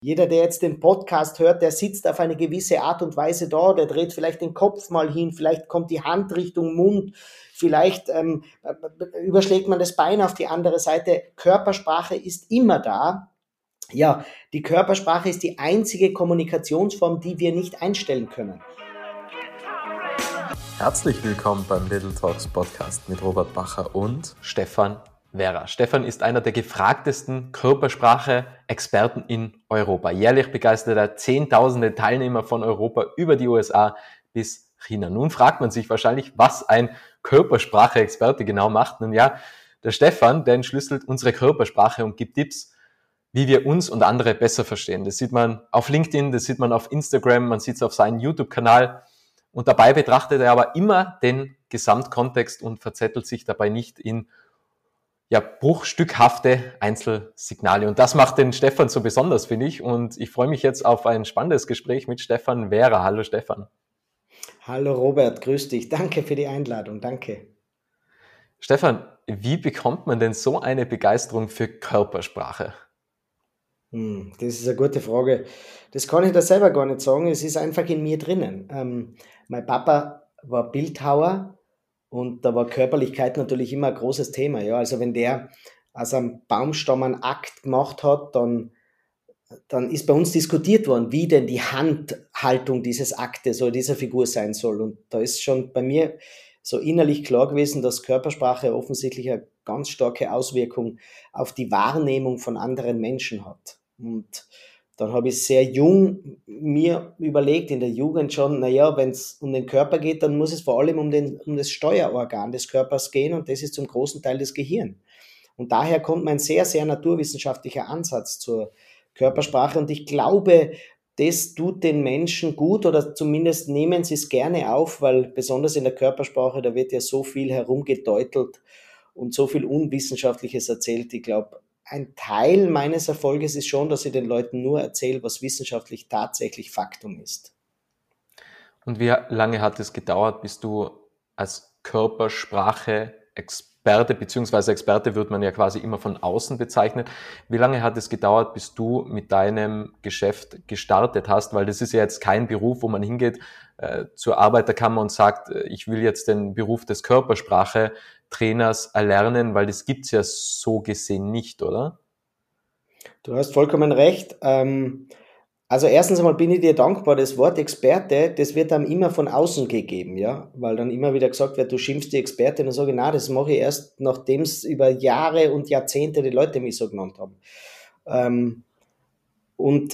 Jeder, der jetzt den Podcast hört, der sitzt auf eine gewisse Art und Weise da, der dreht vielleicht den Kopf mal hin, vielleicht kommt die Hand Richtung Mund, vielleicht überschlägt man das Bein auf die andere Seite. Körpersprache ist immer da. Ja, die Körpersprache ist die einzige Kommunikationsform, die wir nicht einstellen können. Herzlich willkommen beim Little Talks Podcast mit Robert Bacher und Stefan Werra. Stefan ist einer der gefragtesten Körpersprache-Experten in Europa. Jährlich begeistert er Zehntausende Teilnehmer von Europa über die USA bis China. Nun fragt man sich wahrscheinlich, was ein Körpersprache-Experte genau macht. Nun ja, der Stefan, der entschlüsselt unsere Körpersprache und gibt Tipps, wie wir uns und andere besser verstehen. Das sieht man auf LinkedIn, das sieht man auf Instagram, man sieht es auf seinem YouTube-Kanal. Und dabei betrachtet er aber immer den Gesamtkontext und verzettelt sich dabei nicht in bruchstückhafte Einzelsignale. Und das macht den Stefan so besonders, finde ich. Und ich freue mich jetzt auf ein spannendes Gespräch mit Stefan Werra. Hallo Stefan. Hallo Robert, grüß dich. Danke für die Einladung, danke. Stefan, wie bekommt man denn so eine Begeisterung für Körpersprache? Das ist eine gute Frage. Das kann ich da selber gar nicht sagen. Es ist einfach in mir drinnen. Mein Papa war Bildhauer und da war Körperlichkeit natürlich immer ein großes Thema. Ja, also wenn der aus einem Baumstamm einen Akt gemacht hat, dann ist bei uns diskutiert worden, wie denn die Handhaltung dieses Aktes oder dieser Figur sein soll. Und da ist schon bei mir so innerlich klar gewesen, dass Körpersprache offensichtlich eine ganz starke Auswirkung auf die Wahrnehmung von anderen Menschen hat. Und dann habe ich sehr jung mir überlegt, in der Jugend schon, wenn es um den Körper geht, dann muss es vor allem um das Steuerorgan des Körpers gehen und das ist zum großen Teil das Gehirn. Und daher kommt mein sehr, sehr naturwissenschaftlicher Ansatz zur Körpersprache und ich glaube, das tut den Menschen gut oder zumindest nehmen sie es gerne auf, weil besonders in der Körpersprache, da wird ja so viel herumgedeutelt und so viel Unwissenschaftliches erzählt. Ich glaube, ein Teil meines Erfolges ist schon, dass ich den Leuten nur erzähle, was wissenschaftlich tatsächlich Faktum ist. Und wie lange hat es gedauert, bis du als Körpersprache-Experte, beziehungsweise Experte wird man ja quasi immer von außen bezeichnet. Wie lange hat es gedauert, bis du mit deinem Geschäft gestartet hast? Weil das ist ja jetzt kein Beruf, wo man hingeht zur Arbeiterkammer und sagt, ich will jetzt den Beruf des Körpersprache-Trainers erlernen, weil das gibt's ja so gesehen nicht, oder? Du hast vollkommen recht. Also erstens einmal bin ich dir dankbar, das Wort Experte, das wird einem immer von außen gegeben, ja, weil dann immer wieder gesagt wird, du schimpfst die Expertin und sage ich, na, das mache ich erst, nachdem es über Jahre und Jahrzehnte die Leute mich so genannt haben. Und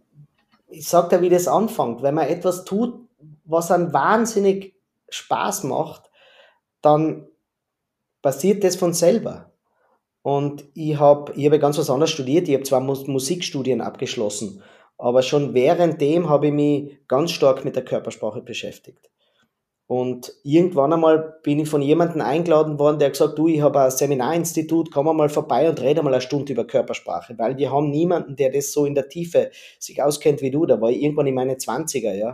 ich sage da, wie das anfängt, wenn man etwas tut, was einem wahnsinnig Spaß macht, dann passiert das von selber. Und ich habe ganz was anderes studiert, ich habe zwar Musikstudien abgeschlossen, aber schon währenddem habe ich mich ganz stark mit der Körpersprache beschäftigt. Und irgendwann einmal bin ich von jemandem eingeladen worden, der gesagt, du, ich habe ein Seminarinstitut, komm mal vorbei und rede mal eine Stunde über Körpersprache, weil wir haben niemanden, der das so in der Tiefe sich auskennt wie du. Da war ich irgendwann in meine 20er, ja.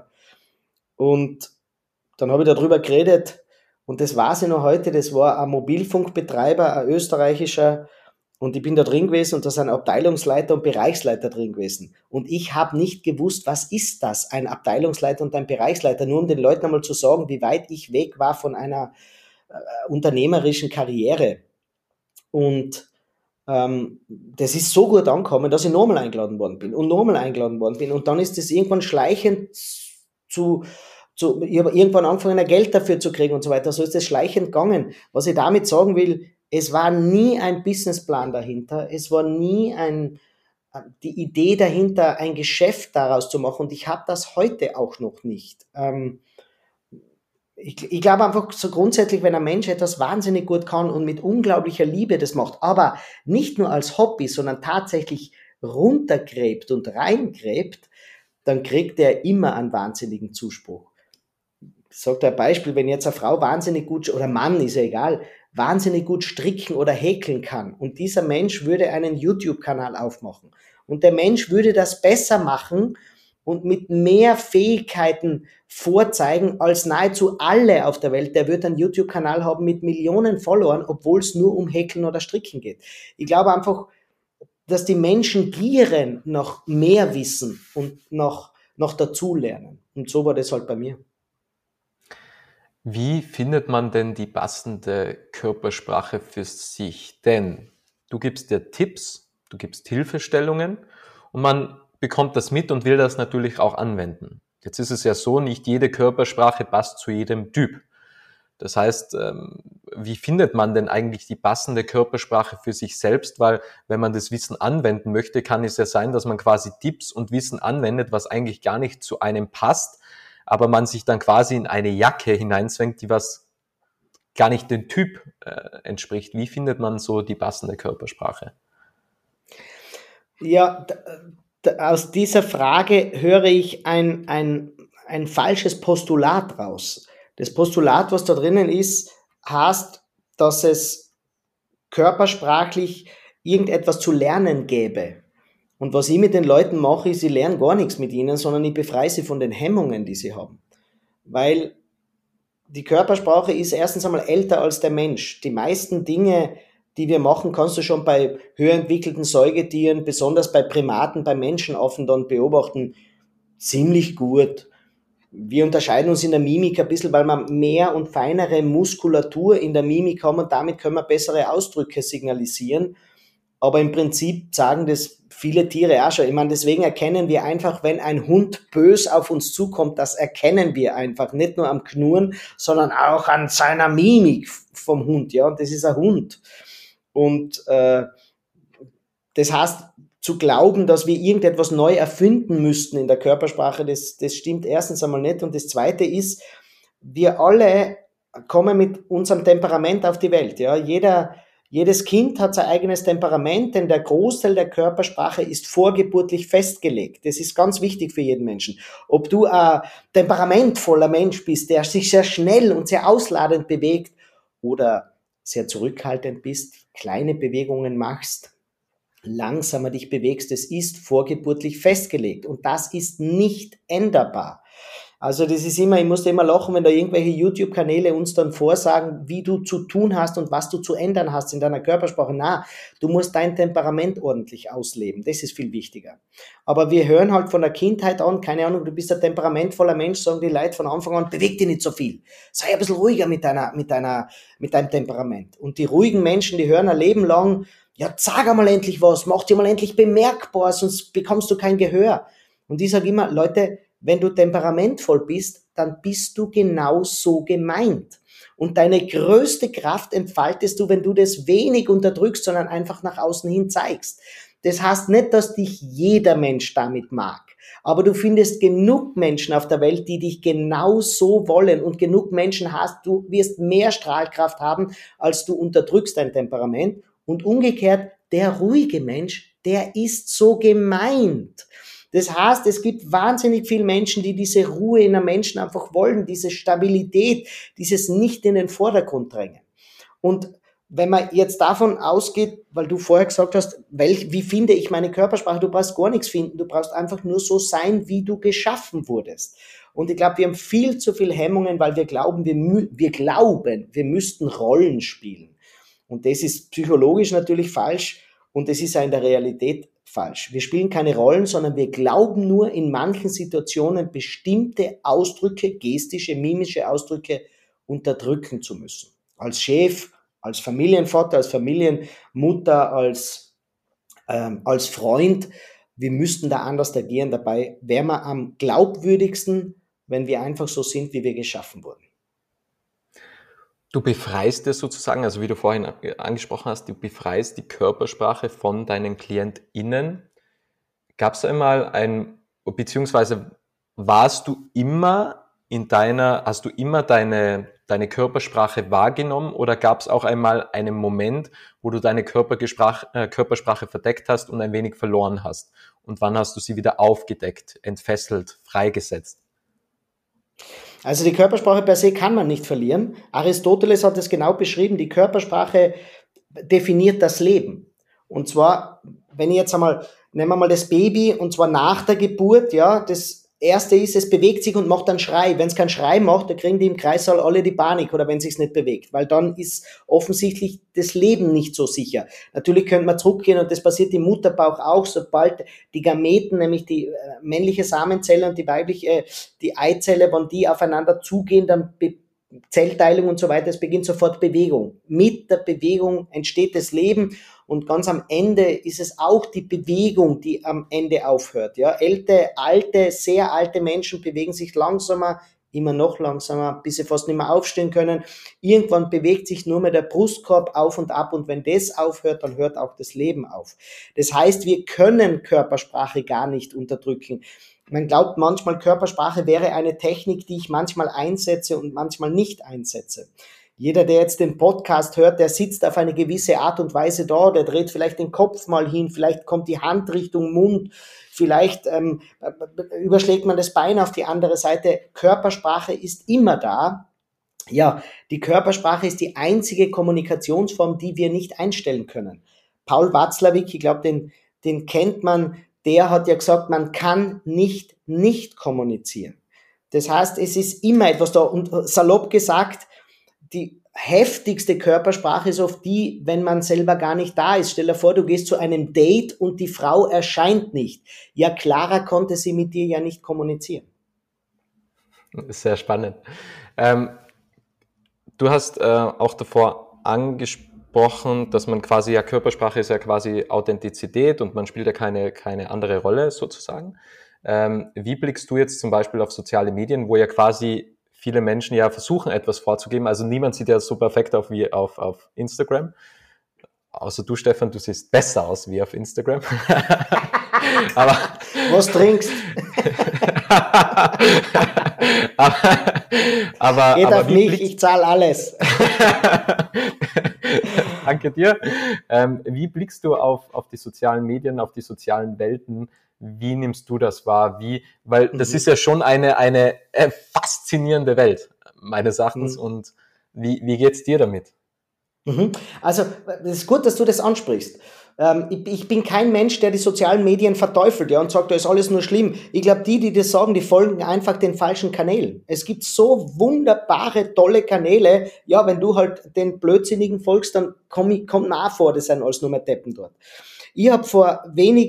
Und dann habe ich darüber geredet und das weiß ich noch heute, das war ein Mobilfunkbetreiber, ein österreichischer, und ich bin da drin gewesen und da sind Abteilungsleiter und Bereichsleiter drin gewesen. Und ich habe nicht gewusst, was ist das, ein Abteilungsleiter und ein Bereichsleiter, nur um den Leuten einmal zu sagen, wie weit ich weg war von einer unternehmerischen Karriere. Und das ist so gut angekommen, dass ich nochmal eingeladen worden bin und nochmal eingeladen worden bin. Und dann ist das irgendwann schleichend ich habe irgendwann angefangen, Geld dafür zu kriegen und so weiter. So ist das schleichend gegangen. Was ich damit sagen will, es war nie ein Businessplan dahinter. Es war nie die Idee dahinter, ein Geschäft daraus zu machen. Und ich habe das heute auch noch nicht. Ich glaube einfach so grundsätzlich, wenn ein Mensch etwas wahnsinnig gut kann und mit unglaublicher Liebe das macht, aber nicht nur als Hobby, sondern tatsächlich runtergräbt und reingräbt, dann kriegt er immer einen wahnsinnigen Zuspruch. Ich sage dir ein Beispiel, wenn jetzt eine Frau wahnsinnig gut, oder Mann, ist ja egal, wahnsinnig gut stricken oder häkeln kann und dieser Mensch würde einen YouTube-Kanal aufmachen und der Mensch würde das besser machen und mit mehr Fähigkeiten vorzeigen als nahezu alle auf der Welt, der wird einen YouTube-Kanal haben mit Millionen Followern, obwohl es nur um Häkeln oder Stricken geht. Ich glaube einfach, dass die Menschen gieren nach mehr Wissen und nach dazulernen. Und so war das halt bei mir. Wie findet man denn die passende Körpersprache für sich? Denn du gibst dir Tipps, du gibst Hilfestellungen und man bekommt das mit und will das natürlich auch anwenden. Jetzt ist es ja so, nicht jede Körpersprache passt zu jedem Typ. Das heißt, wie findet man denn eigentlich die passende Körpersprache für sich selbst? Weil wenn man das Wissen anwenden möchte, kann es ja sein, dass man quasi Tipps und Wissen anwendet, was eigentlich gar nicht zu einem passt, aber man sich dann quasi in eine Jacke hineinzwängt, die was gar nicht dem Typ entspricht. Wie findet man so die passende Körpersprache? Ja, aus dieser Frage höre ich ein falsches Postulat raus. Das Postulat, was da drinnen ist, heißt, dass es körpersprachlich irgendetwas zu lernen gäbe. Und was ich mit den Leuten mache, ist, ich lerne gar nichts mit ihnen, sondern ich befreie sie von den Hemmungen, die sie haben. Weil die Körpersprache ist erstens einmal älter als der Mensch. Die meisten Dinge, die wir machen, kannst du schon bei höher entwickelten Säugetieren, besonders bei Primaten, bei Menschenaffen dann beobachten, ziemlich gut. Wir unterscheiden uns in der Mimik ein bisschen, weil wir mehr und feinere Muskulatur in der Mimik haben und damit können wir bessere Ausdrücke signalisieren. Aber im Prinzip sagen das viele Tiere auch schon. Ich meine, deswegen erkennen wir einfach, wenn ein Hund bös auf uns zukommt, das erkennen wir einfach. Nicht nur am Knurren, sondern auch an seiner Mimik vom Hund. Ja, und das ist ein Hund. Und das heißt, zu glauben, dass wir irgendetwas neu erfinden müssten in der Körpersprache, das stimmt erstens einmal nicht. Und das Zweite ist, wir alle kommen mit unserem Temperament auf die Welt. Ja, jedes Kind hat sein eigenes Temperament, denn der Großteil der Körpersprache ist vorgeburtlich festgelegt. Das ist ganz wichtig für jeden Menschen. Ob du ein temperamentvoller Mensch bist, der sich sehr schnell und sehr ausladend bewegt oder sehr zurückhaltend bist, kleine Bewegungen machst, langsamer dich bewegst, es ist vorgeburtlich festgelegt und das ist nicht änderbar. Also das ist immer, ich musste immer lachen, wenn da irgendwelche YouTube-Kanäle uns dann vorsagen, wie du zu tun hast und was du zu ändern hast in deiner Körpersprache. Na, du musst dein Temperament ordentlich ausleben, das ist viel wichtiger. Aber wir hören halt von der Kindheit an, keine Ahnung, du bist ein temperamentvoller Mensch, sagen die Leute von Anfang an, beweg dich nicht so viel. Sei ein bisschen ruhiger mit deinem Temperament. Und die ruhigen Menschen, die hören ein Leben lang, ja, sag einmal endlich was, mach dir mal endlich bemerkbar, sonst bekommst du kein Gehör. Und ich sage immer, Leute, wenn du temperamentvoll bist, dann bist du genau so gemeint. Und deine größte Kraft entfaltest du, wenn du das wenig unterdrückst, sondern einfach nach außen hin zeigst. Das heißt nicht, dass dich jeder Mensch damit mag. Aber du findest genug Menschen auf der Welt, die dich genau so wollen. Und genug Menschen hast, du wirst mehr Strahlkraft haben, als du unterdrückst dein Temperament. Und umgekehrt, der ruhige Mensch, der ist so gemeint. Das heißt, es gibt wahnsinnig viele Menschen, die diese Ruhe in einem Menschen einfach wollen, diese Stabilität, dieses nicht in den Vordergrund drängen. Und wenn man jetzt davon ausgeht, weil du vorher gesagt hast, wie finde ich meine Körpersprache, du brauchst gar nichts finden, du brauchst einfach nur so sein, wie du geschaffen wurdest. Und ich glaube, wir haben viel zu viel Hemmungen, weil wir glauben, wir müssten Rollen spielen. Und das ist psychologisch natürlich falsch und das ist ja in der Realität falsch. Wir spielen keine Rollen, sondern wir glauben nur in manchen Situationen bestimmte Ausdrücke, gestische, mimische Ausdrücke unterdrücken zu müssen. Als Chef, als Familienvater, als Familienmutter, als Freund. Wir müssten da anders agieren. Dabei wären wir am glaubwürdigsten, wenn wir einfach so sind, wie wir geschaffen wurden. Du befreist es sozusagen, also wie du vorhin angesprochen hast, du befreist die Körpersprache von deinen KlientInnen. Gab es einmal beziehungsweise hast du immer deine Körpersprache wahrgenommen oder gab es auch einmal einen Moment, wo du deine Körpersprache verdeckt hast und ein wenig verloren hast? Und wann hast du sie wieder aufgedeckt, entfesselt, freigesetzt? Also die Körpersprache per se kann man nicht verlieren. Aristoteles hat es genau beschrieben, die Körpersprache definiert das Leben. Und zwar, wenn ich jetzt einmal, nehmen wir mal das Baby, und zwar nach der Geburt, ja, das Erste ist, es bewegt sich und macht einen Schrei. Wenn es keinen Schrei macht, dann kriegen die im Kreissaal alle die Panik oder wenn es sich nicht bewegt, weil dann ist offensichtlich das Leben nicht so sicher. Natürlich könnte man zurückgehen und das passiert im Mutterbauch auch, sobald die Gameten, nämlich die männliche Samenzelle und die weibliche, die Eizelle, wenn die aufeinander zugehen, dann Zellteilung und so weiter, es beginnt sofort Bewegung. Mit der Bewegung entsteht das Leben und ganz am Ende ist es auch die Bewegung, die am Ende aufhört. Ja, alte, sehr alte Menschen bewegen sich langsamer, immer noch langsamer, bis sie fast nicht mehr aufstehen können. Irgendwann bewegt sich nur mehr der Brustkorb auf und ab und wenn das aufhört, dann hört auch das Leben auf. Das heißt, wir können Körpersprache gar nicht unterdrücken. Man glaubt manchmal, Körpersprache wäre eine Technik, die ich manchmal einsetze und manchmal nicht einsetze. Jeder, der jetzt den Podcast hört, der sitzt auf eine gewisse Art und Weise da, der dreht vielleicht den Kopf mal hin, vielleicht kommt die Hand Richtung Mund, vielleicht überschlägt man das Bein auf die andere Seite. Körpersprache ist immer da. Ja, die Körpersprache ist die einzige Kommunikationsform, die wir nicht einstellen können. Paul Watzlawick, ich glaube, den kennt man, der hat ja gesagt, man kann nicht kommunizieren. Das heißt, es ist immer etwas da und salopp gesagt, die heftigste Körpersprache ist oft die, wenn man selber gar nicht da ist. Stell dir vor, du gehst zu einem Date und die Frau erscheint nicht. Ja, klarer konnte sie mit dir ja nicht kommunizieren. Sehr spannend. Du hast auch davor angesprochen, dass man quasi, ja, Körpersprache ist ja quasi Authentizität und man spielt ja keine andere Rolle sozusagen. Wie blickst du jetzt zum Beispiel auf soziale Medien, wo ja quasi viele Menschen ja versuchen, etwas vorzugeben? Also niemand sieht ja so perfekt aus wie auf Instagram. Außer du, Stefan, du siehst besser aus wie auf Instagram. Aber was trinkst? Geht auf mich, ich zahle alles. Danke dir. Wie blickst du auf die sozialen Medien, auf die sozialen Welten? Wie nimmst du das wahr? Weil das ist ja schon eine faszinierende Welt, meines Erachtens. Und wie geht's dir damit? Also, es ist gut, dass du das ansprichst. Ich bin kein Mensch, der die sozialen Medien verteufelt, ja, und sagt, da ist alles nur schlimm. Ich glaube, die das sagen, die folgen einfach den falschen Kanälen. Es gibt so wunderbare, tolle Kanäle. Ja, wenn du halt den Blödsinnigen folgst, dann kommt mir auch vor, das sind alles nur mehr Deppen dort. Ich habe vor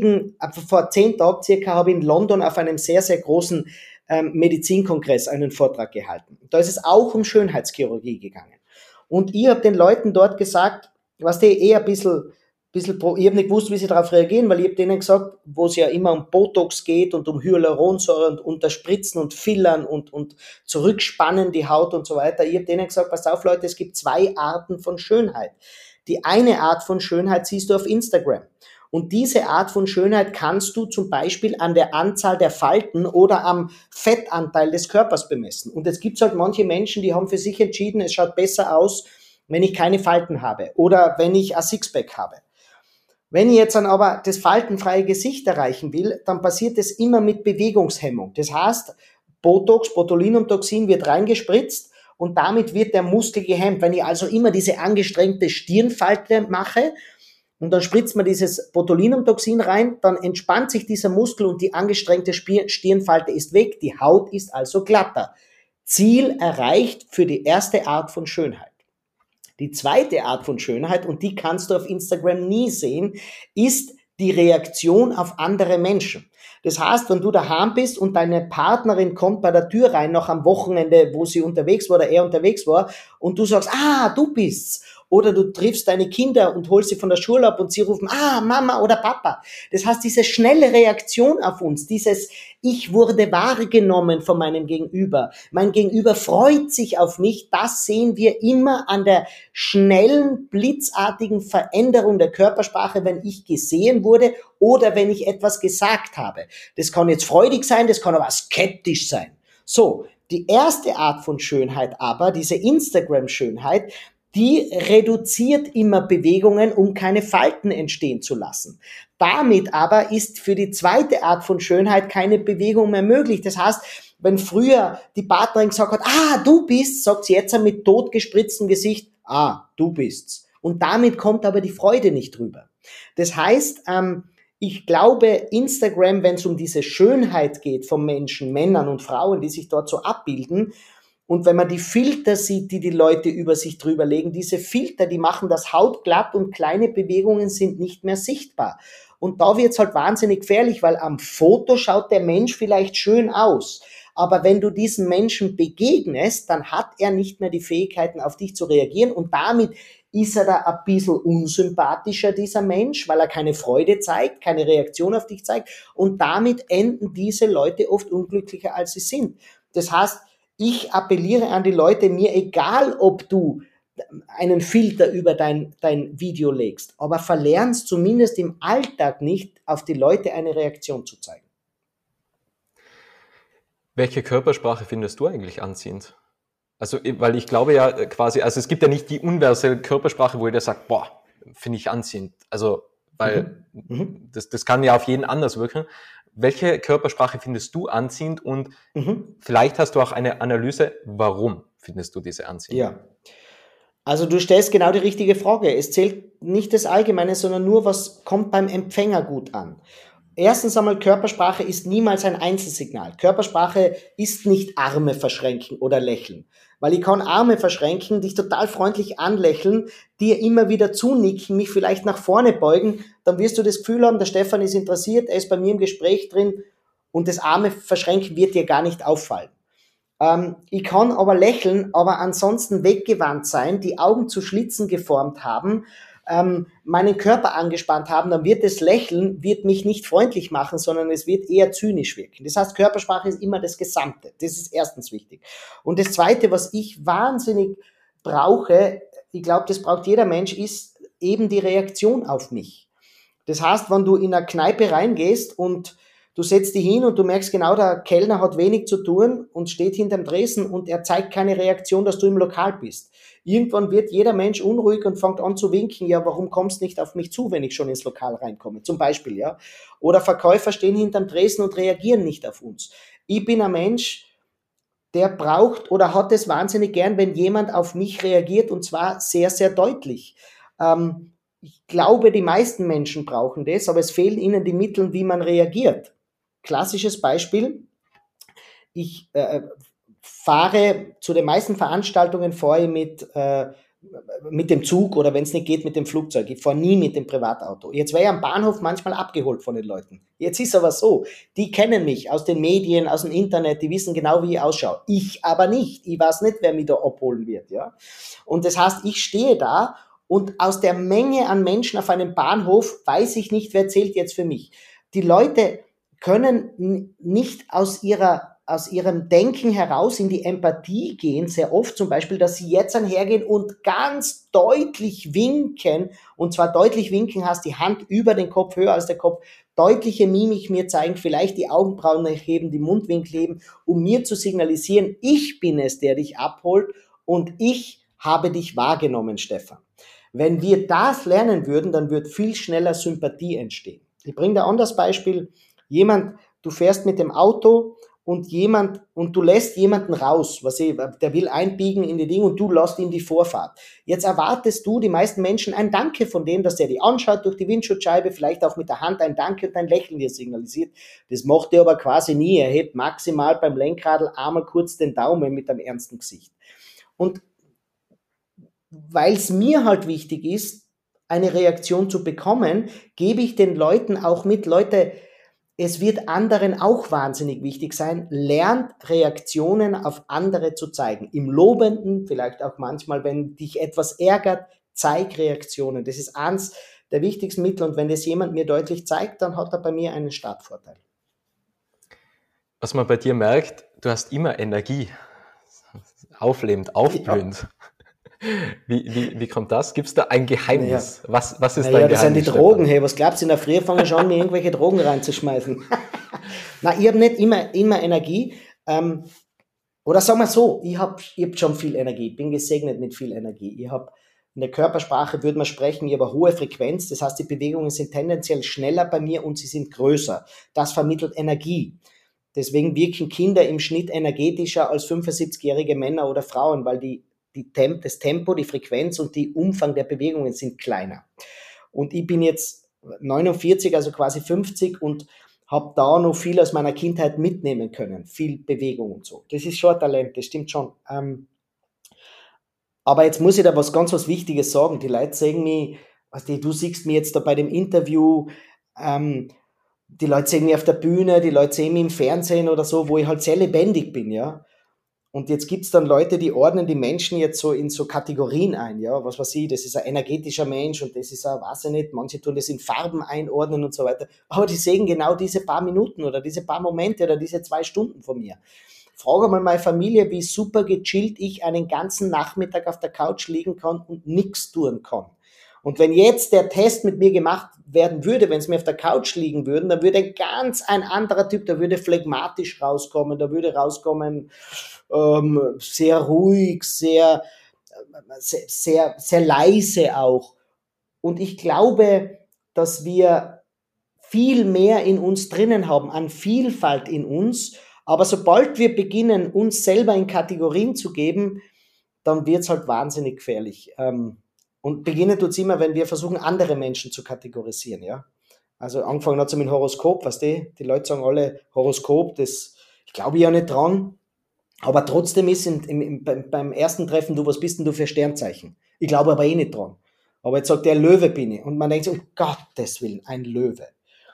10 Tagen circa, habe in London auf einem sehr, sehr großen Medizinkongress einen Vortrag gehalten. Da ist es auch um Schönheitschirurgie gegangen. Und ich habe den Leuten dort gesagt, was die ein bisschen, ich habe nicht gewusst, wie sie darauf reagieren, weil ich habe denen gesagt, wo es ja immer um Botox geht und um Hyaluronsäure und Unterspritzen und Fillern und zurückspannen die Haut und so weiter. Ich habe denen gesagt, pass auf Leute, es gibt 2 Arten von Schönheit. Die eine Art von Schönheit siehst du auf Instagram. Und diese Art von Schönheit kannst du zum Beispiel an der Anzahl der Falten oder am Fettanteil des Körpers bemessen. Und es gibt halt manche Menschen, die haben für sich entschieden, es schaut besser aus, wenn ich keine Falten habe oder wenn ich ein Sixpack habe. Wenn ich jetzt dann aber das faltenfreie Gesicht erreichen will, dann passiert es immer mit Bewegungshemmung. Das heißt, Botox, Botulinumtoxin wird reingespritzt und damit wird der Muskel gehemmt. Wenn ich also immer diese angestrengte Stirnfalte mache, und dann spritzt man dieses Botulinumtoxin rein, dann entspannt sich dieser Muskel und die angestrengte Stirnfalte ist weg, die Haut ist also glatter. Ziel erreicht für die erste Art von Schönheit. Die zweite Art von Schönheit, und die kannst du auf Instagram nie sehen, ist die Reaktion auf andere Menschen. Das heißt, wenn du daheim bist und deine Partnerin kommt bei der Tür rein, noch am Wochenende, wo sie unterwegs war oder er unterwegs war, und du sagst, du bist's. Oder du triffst deine Kinder und holst sie von der Schule ab und sie rufen, Mama oder Papa. Das heißt, diese schnelle Reaktion auf uns, dieses ich wurde wahrgenommen von meinem Gegenüber. Mein Gegenüber freut sich auf mich. Das sehen wir immer an der schnellen, blitzartigen Veränderung der Körpersprache, wenn ich gesehen wurde oder wenn ich etwas gesagt habe. Das kann jetzt freudig sein, das kann aber skeptisch sein. So, die erste Art von Schönheit aber, diese Instagram-Schönheit, die reduziert immer Bewegungen, um keine Falten entstehen zu lassen. Damit aber ist für die zweite Art von Schönheit keine Bewegung mehr möglich. Das heißt, wenn früher die Partnerin gesagt hat, du bist, sagt sie jetzt mit totgespritztem Gesicht, du bist's. Und damit kommt aber die Freude nicht rüber. Das heißt, Ich glaube, Instagram, wenn es um diese Schönheit geht von Menschen, Männern und Frauen, die sich dort so abbilden, und wenn man die Filter sieht, die die Leute über sich drüber legen, diese Filter, die machen das Haut glatt und kleine Bewegungen sind nicht mehr sichtbar. Und da wird's halt wahnsinnig gefährlich, weil am Foto schaut der Mensch vielleicht schön aus. Aber wenn du diesen Menschen begegnest, dann hat er nicht mehr die Fähigkeiten, auf dich zu reagieren. Und damit ist er da ein bisschen unsympathischer, dieser Mensch, weil er keine Freude zeigt, keine Reaktion auf dich zeigt. Und damit enden diese Leute oft unglücklicher, als sie sind. Das heißt, ich appelliere an die Leute, mir egal, ob du einen Filter über dein Video legst, aber verlernst zumindest im Alltag nicht, auf die Leute eine Reaktion zu zeigen. Welche Körpersprache findest du eigentlich anziehend? Also, weil ich glaube ja quasi, also es gibt ja nicht die universelle Körpersprache, wo jeder sagt, boah, finde ich anziehend. Also, weil das kann ja auf jeden anders wirken. Welche Körpersprache findest du anziehend und vielleicht hast du auch eine Analyse, warum findest du diese anziehend? Ja, also du stellst genau die richtige Frage. Es zählt nicht das Allgemeine, sondern nur, was kommt beim Empfänger gut an. Erstens einmal, Körpersprache ist niemals ein Einzelsignal. Körpersprache ist nicht Arme verschränken oder lächeln. Weil ich kann Arme verschränken, dich total freundlich anlächeln, dir immer wieder zunicken, mich vielleicht nach vorne beugen, dann wirst du das Gefühl haben, der Stefan ist interessiert, er ist bei mir im Gespräch drin und das Arme verschränken wird dir gar nicht auffallen. Ich kann aber lächeln, aber ansonsten weggewandt sein, die Augen zu Schlitzen geformt haben, meinen Körper angespannt haben, dann wird das Lächeln wird mich nicht freundlich machen, sondern es wird eher zynisch wirken. Das heißt, Körpersprache ist immer das Gesamte. Das ist erstens wichtig. Und das Zweite, was ich wahnsinnig brauche, ich glaube, das braucht jeder Mensch, ist eben die Reaktion auf mich. Das heißt, wenn du in eine Kneipe reingehst und du setzt dich hin und du merkst genau, der Kellner hat wenig zu tun und steht hinterm Tresen und er zeigt keine Reaktion, dass du im Lokal bist. Irgendwann wird jeder Mensch unruhig und fängt an zu winken, ja, warum kommst du nicht auf mich zu, wenn ich schon ins Lokal reinkomme, zum Beispiel, ja. Oder Verkäufer stehen hinterm Tresen und reagieren nicht auf uns. Ich bin ein Mensch, der braucht oder hat es wahnsinnig gern, wenn jemand auf mich reagiert und zwar sehr, sehr deutlich. Ich glaube, die meisten Menschen brauchen das, aber es fehlen ihnen die Mittel, wie man reagiert. Klassisches Beispiel, ich fahre zu den meisten Veranstaltungen fahre ich mit dem Zug oder wenn es nicht geht, mit dem Flugzeug. Ich fahre nie mit dem Privatauto. Jetzt wäre ich am Bahnhof manchmal abgeholt von den Leuten. Jetzt ist aber so, die kennen mich aus den Medien, aus dem Internet, die wissen genau, wie ich ausschaue. Ich aber nicht. Ich weiß nicht, wer mich da abholen wird. Ja? Und das heißt, ich stehe da und aus der Menge an Menschen auf einem Bahnhof weiß ich nicht, wer zählt jetzt für mich. Die Leute können nicht aus ihrem Denken heraus in die Empathie gehen, sehr oft zum Beispiel, dass sie jetzt einhergehen und ganz deutlich winken, und zwar deutlich winken heißt die Hand über den Kopf, höher als der Kopf, deutliche Mimik mir zeigen, vielleicht die Augenbrauen heben, die Mundwinkel heben, um mir zu signalisieren, ich bin es, der dich abholt und ich habe dich wahrgenommen, Stefan. Wenn wir das lernen würden, dann wird viel schneller Sympathie entstehen. Ich bringe da ein anderes Beispiel. Du fährst mit dem Auto und du lässt jemanden raus, der will einbiegen in die Dinge und du lässt ihm die Vorfahrt. Jetzt erwartest du, die meisten Menschen, ein Danke von dem, dass der die anschaut durch die Windschutzscheibe, vielleicht auch mit der Hand ein Danke und ein Lächeln dir signalisiert. Das macht er aber quasi nie. Er hebt maximal beim Lenkradl einmal kurz den Daumen mit einem ernsten Gesicht. Und weil es mir halt wichtig ist, eine Reaktion zu bekommen, gebe ich den Leuten auch mit, Leute, es wird anderen auch wahnsinnig wichtig sein, lernt Reaktionen auf andere zu zeigen. Im Lobenden, vielleicht auch manchmal, wenn dich etwas ärgert, zeig Reaktionen. Das ist eins der wichtigsten Mittel und wenn das jemand mir deutlich zeigt, dann hat er bei mir einen Startvorteil. Was man bei dir merkt, du hast immer Energie. Auflebend, aufblühend. Ja. Wie kommt das? Gibt es da ein Geheimnis? Naja. Was ist dein Geheimnis? Das sind die Drogen. Hey, was glaubst du? In der Früh fangen schon, mir irgendwelche Drogen reinzuschmeißen. Nein, ich habe nicht immer Energie. Oder sagen wir so, ich hab schon viel Energie. Ich bin gesegnet mit viel Energie. In der Körpersprache würde man sprechen, ich habe eine hohe Frequenz. Das heißt, die Bewegungen sind tendenziell schneller bei mir und sie sind größer. Das vermittelt Energie. Deswegen wirken Kinder im Schnitt energetischer als 75-jährige Männer oder Frauen, weil das Tempo, die Frequenz und die Umfang der Bewegungen sind kleiner. Und ich bin jetzt 49, also quasi 50 und habe da noch viel aus meiner Kindheit mitnehmen können. Viel Bewegung und so. Das ist schon ein Talent, das stimmt schon. Aber jetzt muss ich da was Wichtiges sagen. Die Leute sehen mich, du siehst mich jetzt da bei dem Interview, die Leute sehen mich auf der Bühne, die Leute sehen mich im Fernsehen oder so, wo ich halt sehr lebendig bin, ja. Und jetzt gibt's dann Leute, die ordnen die Menschen jetzt so in so Kategorien ein, ja, was weiß ich, das ist ein energetischer Mensch und das ist ein, weiß ich nicht, manche tun das in Farben einordnen und so weiter, aber die sehen genau diese paar Minuten oder diese paar Momente oder diese 2 Stunden von mir. Frage mal meine Familie, wie super gechillt ich einen ganzen Nachmittag auf der Couch liegen kann und nichts tun kann. Und wenn jetzt der Test mit mir gemacht werden würde, wenn es mir auf der Couch liegen würden, dann würde ein anderer Typ, der würde phlegmatisch rauskommen, da würde rauskommen sehr ruhig, sehr leise auch. Und ich glaube, dass wir viel mehr in uns drinnen haben, an Vielfalt in uns. Aber sobald wir beginnen, uns selber in Kategorien zu geben, dann wird es halt wahnsinnig gefährlich. Und beginnen tut es immer, wenn wir versuchen, andere Menschen zu kategorisieren. Ja? Also angefangen hat es mit dem Horoskop, weißt du, die Leute sagen alle Horoskop, das glaube ich ja nicht dran. Aber trotzdem ist beim ersten Treffen, du, was bist denn du für Sternzeichen? Ich glaube aber eh nicht dran. Aber jetzt sagt der Löwe bin ich. Und man denkt so, um Gottes Willen, ein Löwe.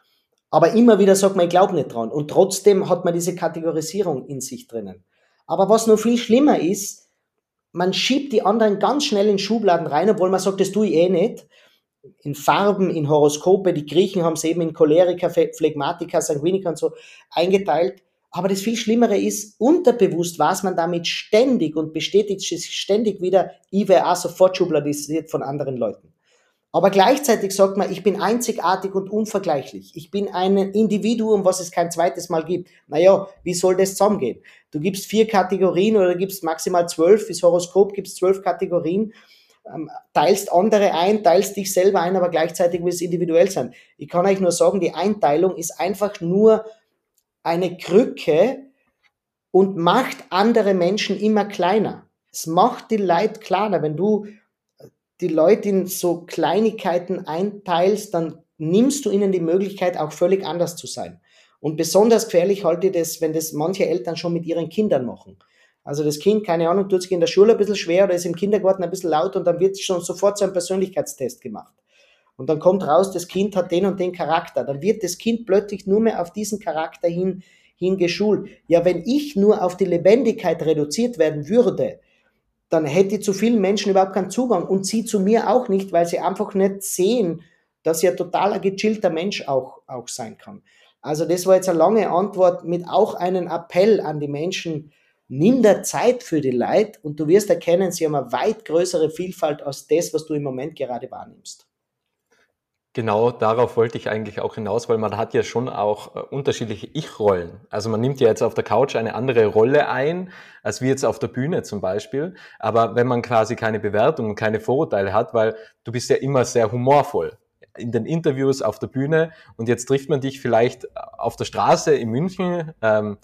Aber immer wieder sagt man, ich glaube nicht dran. Und trotzdem hat man diese Kategorisierung in sich drinnen. Aber was noch viel schlimmer ist, man schiebt die anderen ganz schnell in Schubladen rein, obwohl man sagt, das tue ich eh nicht. In Farben, in Horoskope, die Griechen haben es eben in Choleriker, Phlegmatiker, Sanguiniker und so eingeteilt. Aber das viel Schlimmere ist, unterbewusst weiß man damit ständig und bestätigt sich ständig wieder, ich wäre auch sofort schubladisiert von anderen Leuten. Aber gleichzeitig sagt man, ich bin einzigartig und unvergleichlich. Ich bin ein Individuum, was es kein zweites Mal gibt. Naja, wie soll das zusammengehen? Du gibst 4 Kategorien oder gibst maximal 12, fürs Horoskop gibst 12 Kategorien, teilst andere ein, teilst dich selber ein, aber gleichzeitig will es individuell sein. Ich kann euch nur sagen, die Einteilung ist einfach nur eine Krücke und macht andere Menschen immer kleiner. Es macht die Leute kleiner. Wenn du die Leute in so Kleinigkeiten einteilst, dann nimmst du ihnen die Möglichkeit, auch völlig anders zu sein. Und besonders gefährlich halte ich das, wenn das manche Eltern schon mit ihren Kindern machen. Also das Kind, keine Ahnung, tut sich in der Schule ein bisschen schwer oder ist im Kindergarten ein bisschen laut und dann wird schon sofort so ein Persönlichkeitstest gemacht. Und dann kommt raus, das Kind hat den und den Charakter. Dann wird das Kind plötzlich nur mehr auf diesen Charakter hin geschult. Ja, wenn ich nur auf die Lebendigkeit reduziert werden würde, dann hätte ich zu vielen Menschen überhaupt keinen Zugang und sie zu mir auch nicht, weil sie einfach nicht sehen, dass ich ein totaler gechillter Mensch auch sein kann. Also das war jetzt eine lange Antwort mit auch einem Appell an die Menschen, nimm dir Zeit für die Leute und du wirst erkennen, sie haben eine weit größere Vielfalt als das, was du im Moment gerade wahrnimmst. Genau darauf wollte ich eigentlich auch hinaus, weil man hat ja schon auch unterschiedliche Ich-Rollen. Also man nimmt ja jetzt auf der Couch eine andere Rolle ein, als wie jetzt auf der Bühne zum Beispiel. Aber wenn man quasi keine Bewertung und keine Vorurteile hat, weil du bist ja immer sehr humorvoll in den Interviews auf der Bühne und jetzt trifft man dich vielleicht auf der Straße in München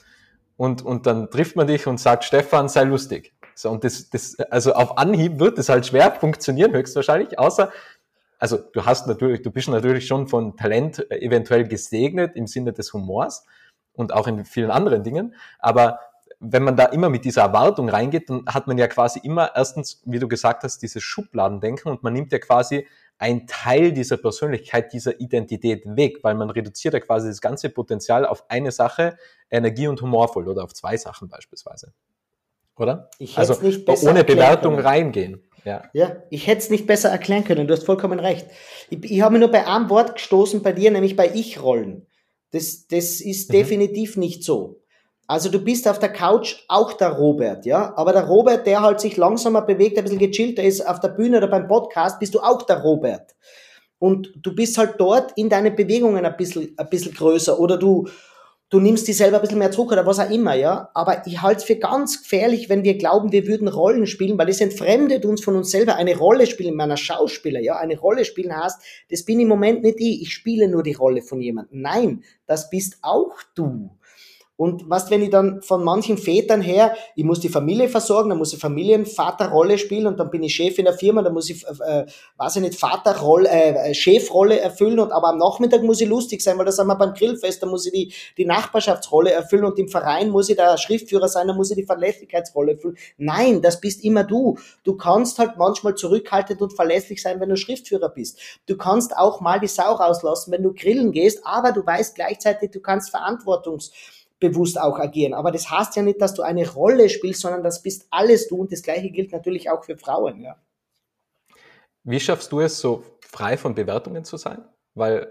und dann trifft man dich und sagt, Stefan, sei lustig. So, und also auf Anhieb wird das halt schwer funktionieren, höchstwahrscheinlich, außer also du bist natürlich schon von Talent eventuell gesegnet im Sinne des Humors und auch in vielen anderen Dingen, aber wenn man da immer mit dieser Erwartung reingeht, dann hat man ja quasi immer erstens, wie du gesagt hast, dieses Schubladendenken und man nimmt ja quasi einen Teil dieser Persönlichkeit, dieser Identität weg, weil man reduziert ja quasi das ganze Potenzial auf eine Sache, Energie und humorvoll oder auf 2 Sachen beispielsweise. Oder? Also ohne Bewertung reingehen. Ja, ich hätte es nicht besser erklären können, du hast vollkommen recht. Ich habe mir nur bei einem Wort gestoßen bei dir, nämlich bei Ich-Rollen. Das ist definitiv nicht so. Also du bist auf der Couch auch der Robert, ja, aber der Robert, der halt sich langsamer bewegt, ein bisschen gechillter ist auf der Bühne oder beim Podcast, bist du auch der Robert. Und du bist halt dort in deinen Bewegungen ein bisschen größer oder du nimmst die selber ein bisschen mehr zurück oder was auch immer, ja. Aber ich halte es für ganz gefährlich, wenn wir glauben, wir würden Rollen spielen, weil es entfremdet uns von uns selber. Eine Rolle spielen, meiner Schauspieler, ja, eine Rolle spielen heißt, das bin im Moment nicht ich spiele nur die Rolle von jemandem. Nein, das bist auch du. Und was, wenn ich dann von manchen Vätern her, ich muss die Familie versorgen, dann muss ich Familienvaterrolle spielen und dann bin ich Chef in der Firma, dann muss ich, weiß ich nicht, Chefrolle erfüllen und aber am Nachmittag muss ich lustig sein, weil da sind wir beim Grillfest, da muss ich die Nachbarschaftsrolle erfüllen und im Verein muss ich der Schriftführer sein, da muss ich die Verlässlichkeitsrolle erfüllen. Nein, das bist immer du. Du kannst halt manchmal zurückhaltend und verlässlich sein, wenn du Schriftführer bist. Du kannst auch mal die Sau rauslassen, wenn du grillen gehst, aber du weißt gleichzeitig, du kannst verantwortungsbewusst auch agieren. Aber das heißt ja nicht, dass du eine Rolle spielst, sondern das bist alles du und das Gleiche gilt natürlich auch für Frauen. Ja. Wie schaffst du es, so frei von Bewertungen zu sein? Weil,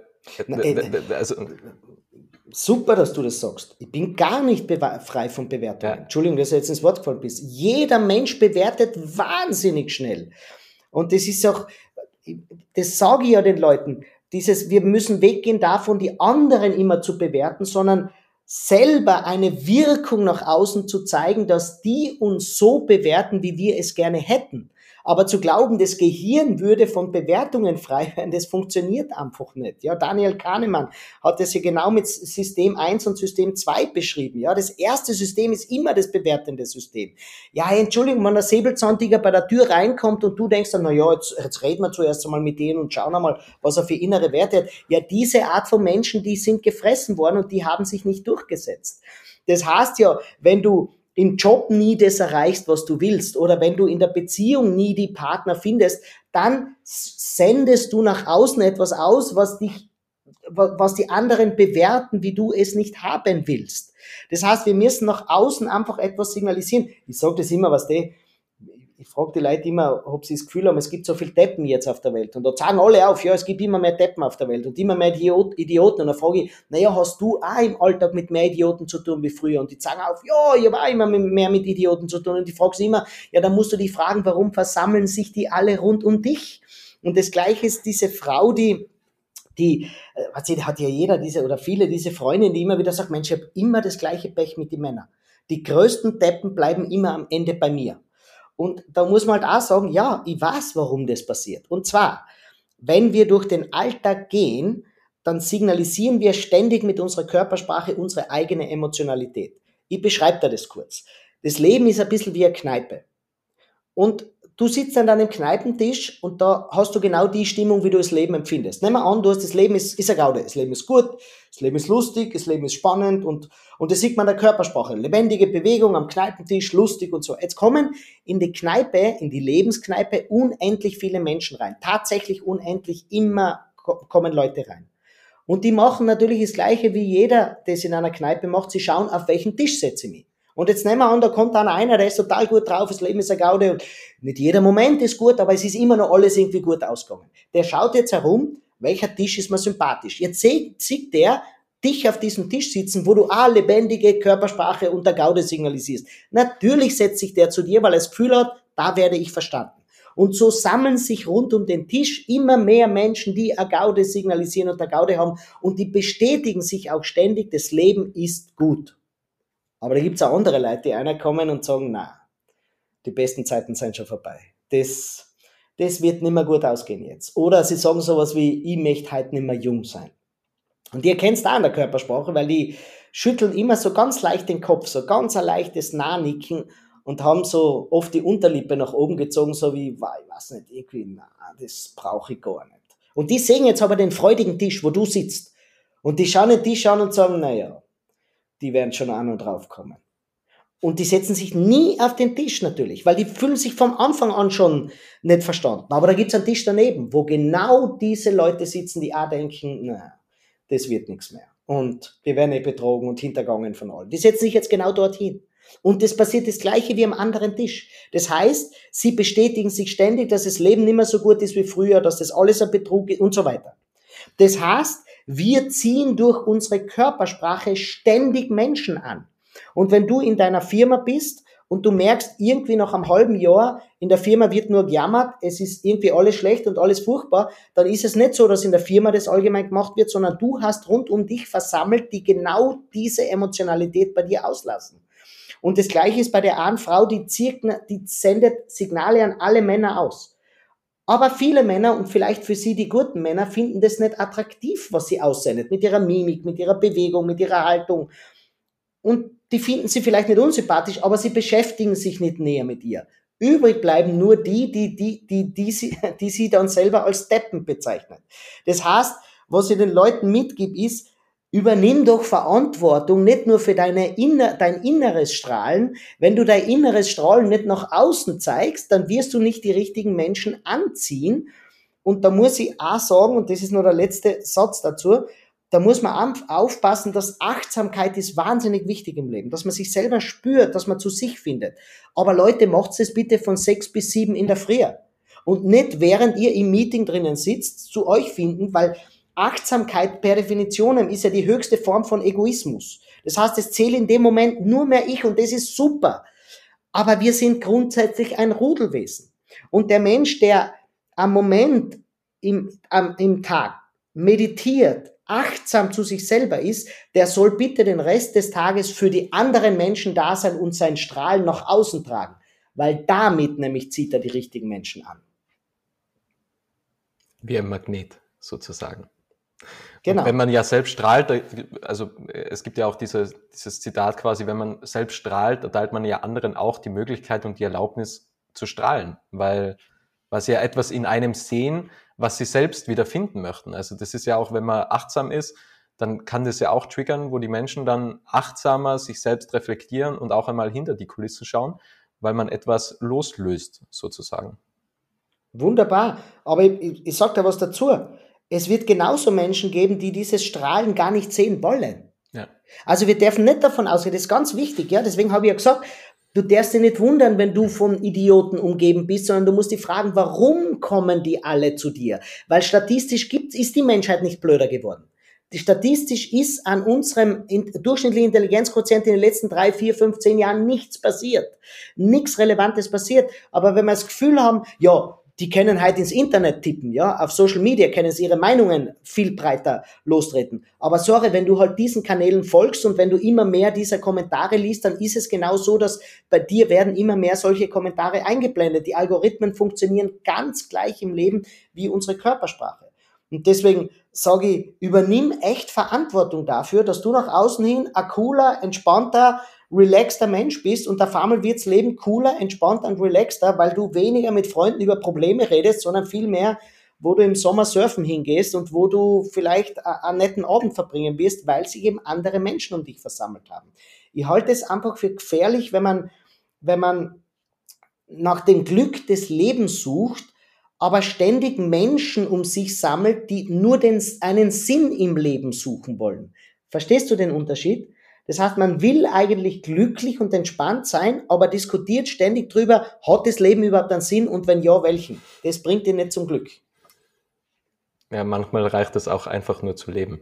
super, dass du das sagst. Ich bin gar nicht frei von Bewertungen. Ja. Entschuldigung, dass du jetzt ins Wort gefallen bist. Jeder Mensch bewertet wahnsinnig schnell. Und das ist auch, das sage ich ja den Leuten, wir müssen weggehen davon, die anderen immer zu bewerten, sondern selber eine Wirkung nach außen zu zeigen, dass die uns so bewerten, wie wir es gerne hätten. Aber zu glauben, das Gehirn würde von Bewertungen frei werden, das funktioniert einfach nicht. Ja, Daniel Kahnemann hat das ja genau mit System 1 und System 2 beschrieben. Ja, das erste System ist immer das bewertende System. Ja, Entschuldigung, wenn der Säbelzahntiger bei der Tür reinkommt und du denkst dann, na ja, jetzt reden wir zuerst einmal mit denen und schauen einmal, was er für innere Werte hat. Ja, diese Art von Menschen, die sind gefressen worden und die haben sich nicht durchgesetzt. Das heißt ja, wenn du im Job nie das erreichst, was du willst, oder wenn du in der Beziehung nie die Partner findest, dann sendest du nach außen etwas aus, was die anderen bewerten, wie du es nicht haben willst. Das heißt, wir müssen nach außen einfach etwas signalisieren. Ich sage das immer, ich frage die Leute immer, ob sie das Gefühl haben, es gibt so viele Deppen jetzt auf der Welt. Und da sagen alle auf, ja, es gibt immer mehr Deppen auf der Welt und immer mehr Idioten. Und dann frage ich, naja, hast du auch im Alltag mit mehr Idioten zu tun wie früher? Und die sagen auf, ja, ich habe auch immer mehr mit Idioten zu tun. Und ich frage sie immer, ja, dann musst du dich fragen, warum versammeln sich die alle rund um dich? Und das Gleiche ist diese Frau, die hat ja jeder oder viele diese Freundinnen, die immer wieder sagt, Mensch, ich habe immer das gleiche Pech mit den Männern. Die größten Deppen bleiben immer am Ende bei mir. Und da muss man halt auch sagen, ja, ich weiß, warum das passiert. Und zwar, wenn wir durch den Alltag gehen, dann signalisieren wir ständig mit unserer Körpersprache unsere eigene Emotionalität. Ich beschreibe dir das kurz. Das Leben ist ein bisschen wie eine Kneipe. Und du sitzt an deinem Kneipentisch und da hast du genau die Stimmung, wie du das Leben empfindest. Nehmen wir an, das Leben ist eine Gaude. Das Leben ist gut, das Leben ist lustig, das Leben ist spannend und das sieht man in der Körpersprache. Lebendige Bewegung am Kneipentisch, lustig und so. Jetzt kommen in die Kneipe, in die Lebenskneipe unendlich viele Menschen rein. Tatsächlich unendlich immer kommen Leute rein. Und die machen natürlich das Gleiche, wie jeder das in einer Kneipe macht. Sie schauen, auf welchen Tisch setze ich mich. Und jetzt nehmen wir an, da kommt dann einer, der ist total gut drauf, das Leben ist eine Gaude und nicht jeder Moment ist gut, aber es ist immer noch alles irgendwie gut ausgegangen. Der schaut jetzt herum, welcher Tisch ist mir sympathisch. Jetzt sieht der dich auf diesem Tisch sitzen, wo du auch lebendige Körpersprache und der Gaude signalisierst. Natürlich setzt sich der zu dir, weil er das Gefühl hat, da werde ich verstanden. Und so sammeln sich rund um den Tisch immer mehr Menschen, die eine Gaude signalisieren und eine Gaude haben und die bestätigen sich auch ständig, das Leben ist gut. Aber da gibt's auch andere Leute, die einer kommen und sagen, na, die besten Zeiten sind schon vorbei. Das wird nicht mehr gut ausgehen jetzt. Oder sie sagen sowas wie, ich möchte heute nicht mehr jung sein. Und ihr kennt's da in der Körpersprache, weil die schütteln immer so ganz leicht den Kopf, so ganz ein leichtes Nahnicken und haben so oft die Unterlippe nach oben gezogen, so wie, ich weiß nicht, irgendwie, na, das brauche ich gar nicht. Und die sehen jetzt aber den freudigen Tisch, wo du sitzt. Und die schauen den Tisch an und sagen, naja, die werden schon an und drauf kommen. Und die setzen sich nie auf den Tisch natürlich, weil die fühlen sich vom Anfang an schon nicht verstanden. Aber da gibt's einen Tisch daneben, wo genau diese Leute sitzen, die auch denken, na, das wird nichts mehr. Und wir werden betrogen und hintergangen von allen. Die setzen sich jetzt genau dorthin. Und das passiert das Gleiche wie am anderen Tisch. Das heißt, sie bestätigen sich ständig, dass das Leben nicht mehr so gut ist wie früher, dass das alles ein Betrug ist und so weiter. Das heißt, wir ziehen durch unsere Körpersprache ständig Menschen an. Und wenn du in deiner Firma bist und du merkst, irgendwie nach einem halben Jahr, in der Firma wird nur gejammert, es ist irgendwie alles schlecht und alles furchtbar, dann ist es nicht so, dass in der Firma das allgemein gemacht wird, sondern du hast rund um dich versammelt, die genau diese Emotionalität bei dir auslassen. Und das Gleiche ist bei der einen Frau, die sendet Signale an alle Männer aus. Aber viele Männer und vielleicht für sie die guten Männer finden das nicht attraktiv, was sie aussendet, mit ihrer Mimik, mit ihrer Bewegung, mit ihrer Haltung. und die finden sie vielleicht nicht unsympathisch, aber sie beschäftigen sich nicht näher mit ihr. Übrig bleiben nur die sie dann selber als Deppen bezeichnen. Das heißt, was ich den Leuten mitgebe, ist, übernimm doch Verantwortung, nicht nur für dein inneres Strahlen. Wenn du dein inneres Strahlen nicht nach außen zeigst, dann wirst du nicht die richtigen Menschen anziehen. Und da muss ich auch sagen, und das ist nur der letzte Satz dazu, da muss man aufpassen, dass Achtsamkeit ist wahnsinnig wichtig im Leben, dass man sich selber spürt, dass man zu sich findet. Aber Leute, macht es bitte von 6 bis 7 in der Früh und nicht während ihr im Meeting drinnen sitzt, zu euch finden, weil Achtsamkeit per Definition ist ja die höchste Form von Egoismus. Das heißt, es zählt in dem Moment nur mehr ich und das ist super. Aber wir sind grundsätzlich ein Rudelwesen. Und der Mensch, der am Moment im Tag meditiert, achtsam zu sich selber ist, der soll bitte den Rest des Tages für die anderen Menschen da sein und sein Strahlen nach außen tragen, weil damit nämlich zieht er die richtigen Menschen an. Wie ein Magnet sozusagen. Genau. Und wenn man ja selbst strahlt, also es gibt ja auch dieses Zitat quasi, wenn man selbst strahlt, erteilt man ja anderen auch die Möglichkeit und die Erlaubnis zu strahlen, weil sie ja etwas in einem sehen, was sie selbst wieder finden möchten. Also das ist ja auch, wenn man achtsam ist, dann kann das ja auch triggern, wo die Menschen dann achtsamer sich selbst reflektieren und auch einmal hinter die Kulissen schauen, weil man etwas loslöst sozusagen. Wunderbar, aber ich sage da was dazu. Es wird genauso Menschen geben, die dieses Strahlen gar nicht sehen wollen. Ja. Also wir dürfen nicht davon ausgehen, das ist ganz wichtig, ja, deswegen habe ich ja gesagt, du darfst dich nicht wundern, wenn du von Idioten umgeben bist, sondern du musst dich fragen, warum kommen die alle zu dir? Weil statistisch ist die Menschheit nicht blöder geworden. Statistisch ist an unserem durchschnittlichen Intelligenzquotient in den letzten 3, 4, 5, 10 Jahren nichts passiert. Nichts Relevantes passiert. Aber wenn wir das Gefühl haben, ja, die können halt ins Internet tippen, ja, auf Social Media können sie ihre Meinungen viel breiter lostreten. Aber sorry, wenn du halt diesen Kanälen folgst und wenn du immer mehr dieser Kommentare liest, dann ist es genau so, dass bei dir werden immer mehr solche Kommentare eingeblendet. Die Algorithmen funktionieren ganz gleich im Leben wie unsere Körpersprache. Und deswegen sage ich, übernimm echt Verantwortung dafür, dass du nach außen hin ein cooler, entspannter, relaxter Mensch bist und auf einmal wirds Leben cooler, entspannter und relaxter, weil du weniger mit Freunden über Probleme redest, sondern viel mehr, wo du im Sommer surfen hingehst und wo du vielleicht einen netten Abend verbringen wirst, weil sich eben andere Menschen um dich versammelt haben. Ich halte es einfach für gefährlich, wenn man nach dem Glück des Lebens sucht, aber ständig Menschen um sich sammelt, die nur einen Sinn im Leben suchen wollen. Verstehst du den Unterschied? Das heißt, man will eigentlich glücklich und entspannt sein, aber diskutiert ständig drüber, hat das Leben überhaupt einen Sinn und wenn ja, welchen? Das bringt ihn nicht zum Glück. Ja, manchmal reicht es auch einfach nur zu leben.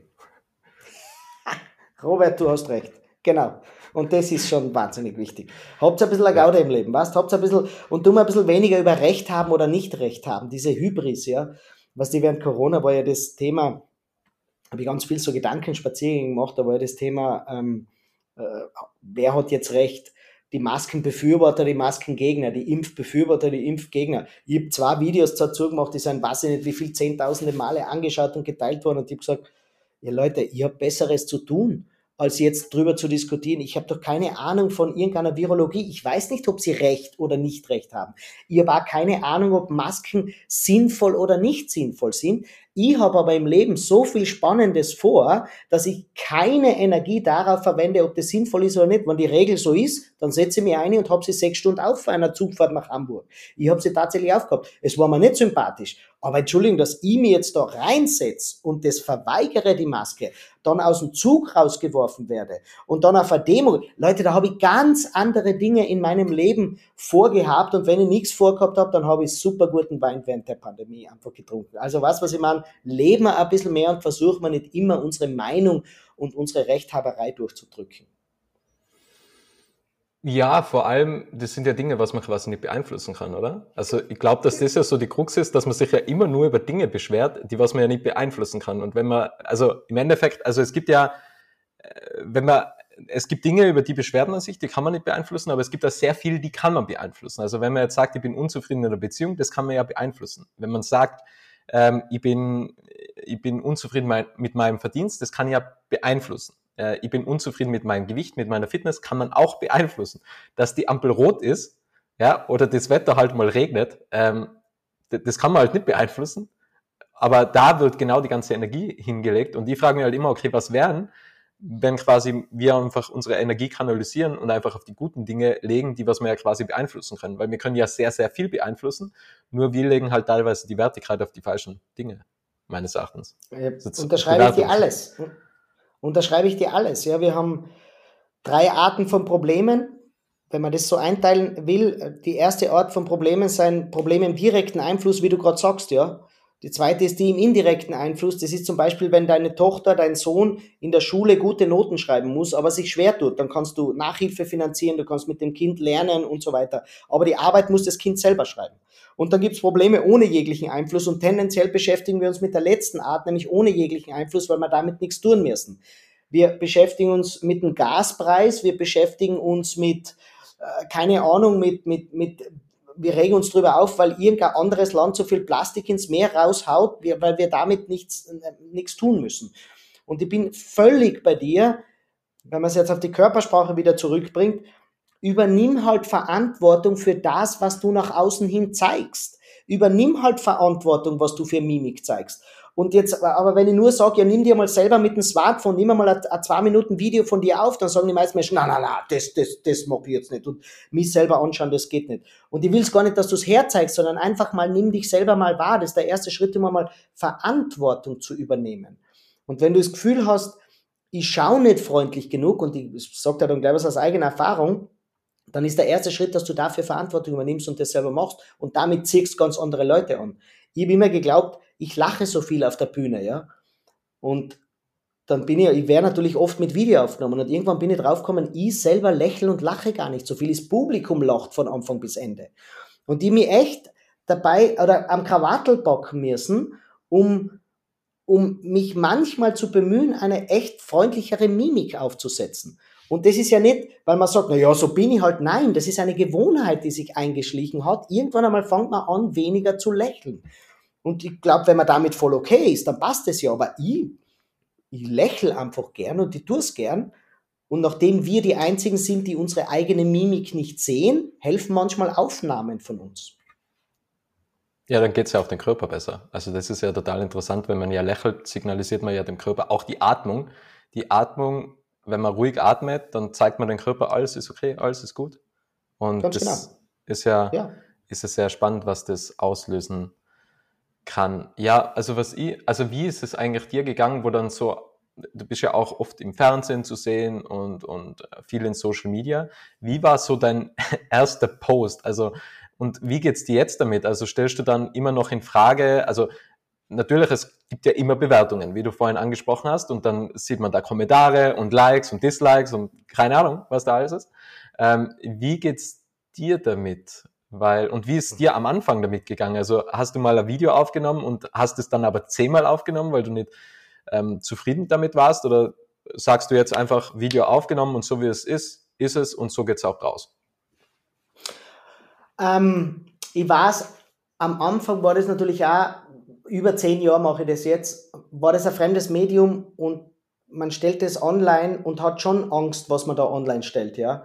Robert, du hast recht. Genau. Und das ist schon wahnsinnig wichtig. Habt ein bisschen eine Gaude im Leben, weißt? Habt ein bisschen, und tu mal ein bisschen weniger über Recht haben oder nicht Recht haben. Diese Hybris, ja. Was die während Corona war ja das Thema, habe ich ganz viel so Gedankenspaziergänge gemacht, da war ja das Thema, wer hat jetzt Recht? Die Maskenbefürworter, die Maskengegner, die Impfbefürworter, die Impfgegner. Ich habe 2 Videos dazu gemacht, die sind, weiß ich nicht, wie viel 10.000 Male angeschaut und geteilt worden und ich habe gesagt, ja Leute, ich habe Besseres zu tun, als jetzt drüber zu diskutieren. Ich habe doch keine Ahnung von irgendeiner Virologie. Ich weiß nicht, ob sie Recht oder nicht Recht haben. Ich habe auch keine Ahnung, ob Masken sinnvoll oder nicht sinnvoll sind. Ich habe aber im Leben so viel Spannendes vor, dass ich keine Energie darauf verwende, ob das sinnvoll ist oder nicht. Wenn die Regel so ist, dann setze ich mich ein und habe sie 6 Stunden auf für einer Zugfahrt nach Hamburg. Ich habe sie tatsächlich aufgehabt. Es war mir nicht sympathisch. Aber Entschuldigung, dass ich mich jetzt da reinsetze und das verweigere, die Maske, dann aus dem Zug rausgeworfen werde und dann auf eine Demo. Leute, da habe ich ganz andere Dinge in meinem Leben vorgehabt und wenn ich nichts vorgehabt habe, dann habe ich super guten Wein während der Pandemie einfach getrunken. Also weißt du, was ich meine? Leben wir ein bisschen mehr und versuchen wir nicht immer unsere Meinung und unsere Rechthaberei durchzudrücken. Ja, vor allem, das sind ja Dinge, was man quasi nicht beeinflussen kann, oder? Also ich glaube, dass das ja so die Krux ist, dass man sich ja immer nur über Dinge beschwert, die was man ja nicht beeinflussen kann. Und wenn man, also im Endeffekt, also es gibt ja, es gibt Dinge, über die beschwert man sich, die kann man nicht beeinflussen, aber es gibt auch sehr viel, die kann man beeinflussen. Also wenn man jetzt sagt, ich bin unzufrieden in einer Beziehung, das kann man ja beeinflussen. Wenn man sagt, ich bin unzufrieden mit meinem Verdienst, das kann ich ja beeinflussen. ich bin unzufrieden mit meinem Gewicht, mit meiner Fitness, kann man auch beeinflussen. Dass die Ampel rot ist, ja, oder das Wetter halt mal regnet, das kann man halt nicht beeinflussen. Aber da wird genau die ganze Energie hingelegt und die fragen halt immer, okay, was wären, wenn quasi wir einfach unsere Energie kanalisieren und einfach auf die guten Dinge legen, die was wir ja quasi beeinflussen können. Weil wir können ja sehr, sehr viel beeinflussen, nur wir legen halt teilweise die Werte gerade auf die falschen Dinge, meines Erachtens. Unterschreibe ich dir alles. Unterschreibe ich dir alles. Ja, wir haben 3 Arten von Problemen. Wenn man das so einteilen will, die erste Art von Problemen sind Probleme im direkten Einfluss, wie du gerade sagst, ja. Die zweite ist die im indirekten Einfluss. Das ist zum Beispiel, wenn deine Tochter, dein Sohn in der Schule gute Noten schreiben muss, aber sich schwer tut, dann kannst du Nachhilfe finanzieren, du kannst mit dem Kind lernen und so weiter. Aber die Arbeit muss das Kind selber schreiben. Und dann gibt's Probleme ohne jeglichen Einfluss und tendenziell beschäftigen wir uns mit der letzten Art, nämlich ohne jeglichen Einfluss, weil wir damit nichts tun müssen. Wir beschäftigen uns mit dem Gaspreis, wir beschäftigen uns mit, keine Ahnung, wir regen uns drüber auf, weil irgendein anderes Land so viel Plastik ins Meer raushaut, weil wir damit nichts tun müssen. Und ich bin völlig bei dir, wenn man es jetzt auf die Körpersprache wieder zurückbringt, übernimm halt Verantwortung für das, was du nach außen hin zeigst. Übernimm halt Verantwortung, was du für Mimik zeigst. Und jetzt, aber wenn ich nur sage, ja, nimm dir mal selber mit dem Smartphone, nimm mal ein 2 Minuten Video von dir auf, dann sagen die meisten Menschen, nein, das mag ich jetzt nicht. Und mich selber anschauen, das geht nicht. Und ich will es gar nicht, dass du es herzeigst, sondern einfach mal, nimm dich selber mal wahr. Das ist der erste Schritt, um mal Verantwortung zu übernehmen. Und wenn du das Gefühl hast, ich schaue nicht freundlich genug, und ich sage dir dann gleich was aus eigener Erfahrung, dann ist der erste Schritt, dass du dafür Verantwortung übernimmst und das selber machst und damit ziehst ganz andere Leute an. Ich habe immer geglaubt, ich lache so viel auf der Bühne, ja. Und dann ich wäre natürlich oft mit Video aufgenommen und irgendwann bin ich draufgekommen, ich selber lächle und lache gar nicht so viel. Das Publikum lacht von Anfang bis Ende. Und die mir echt dabei oder am Krawattel packen müssen, um mich manchmal zu bemühen, eine echt freundlichere Mimik aufzusetzen. Und das ist ja nicht, weil man sagt, na ja, so bin ich halt. Nein, das ist eine Gewohnheit, die sich eingeschlichen hat. Irgendwann einmal fängt man an, weniger zu lächeln. Und ich glaube, wenn man damit voll okay ist, dann passt das ja. Aber ich lächle einfach gern und ich tue es gern. Und nachdem wir die Einzigen sind, die unsere eigene Mimik nicht sehen, helfen manchmal Aufnahmen von uns. Ja, dann geht's ja auf den Körper besser. Also das ist ja total interessant, wenn man ja lächelt, signalisiert man ja dem Körper auch die Atmung. Die Atmung, wenn man ruhig atmet, dann zeigt man dem Körper, alles ist okay, alles ist gut. Und ganz das genau. ist ja sehr spannend, was das auslösen kann. Ja, also wie ist es eigentlich dir gegangen, wo dann so, du bist ja auch oft im Fernsehen zu sehen und viel in Social Media. Wie war so dein erster Post? Also, und wie geht's dir jetzt damit? Also stellst du dann immer noch in Frage, also natürlich, es gibt ja immer Bewertungen, wie du vorhin angesprochen hast, und dann sieht man da Kommentare und Likes und Dislikes und keine Ahnung, was da alles ist. Wie geht's dir damit? Und wie ist dir am Anfang damit gegangen? Also hast du mal ein Video aufgenommen und hast es dann aber 10-mal aufgenommen, weil du nicht zufrieden damit warst? Oder sagst du jetzt einfach Video aufgenommen und so wie es ist es und so geht's auch raus? Ich weiß, am Anfang war das natürlich auch, über 10 Jahre mache ich das jetzt, war das ein fremdes Medium und man stellt das online und hat schon Angst, was man da online stellt, ja.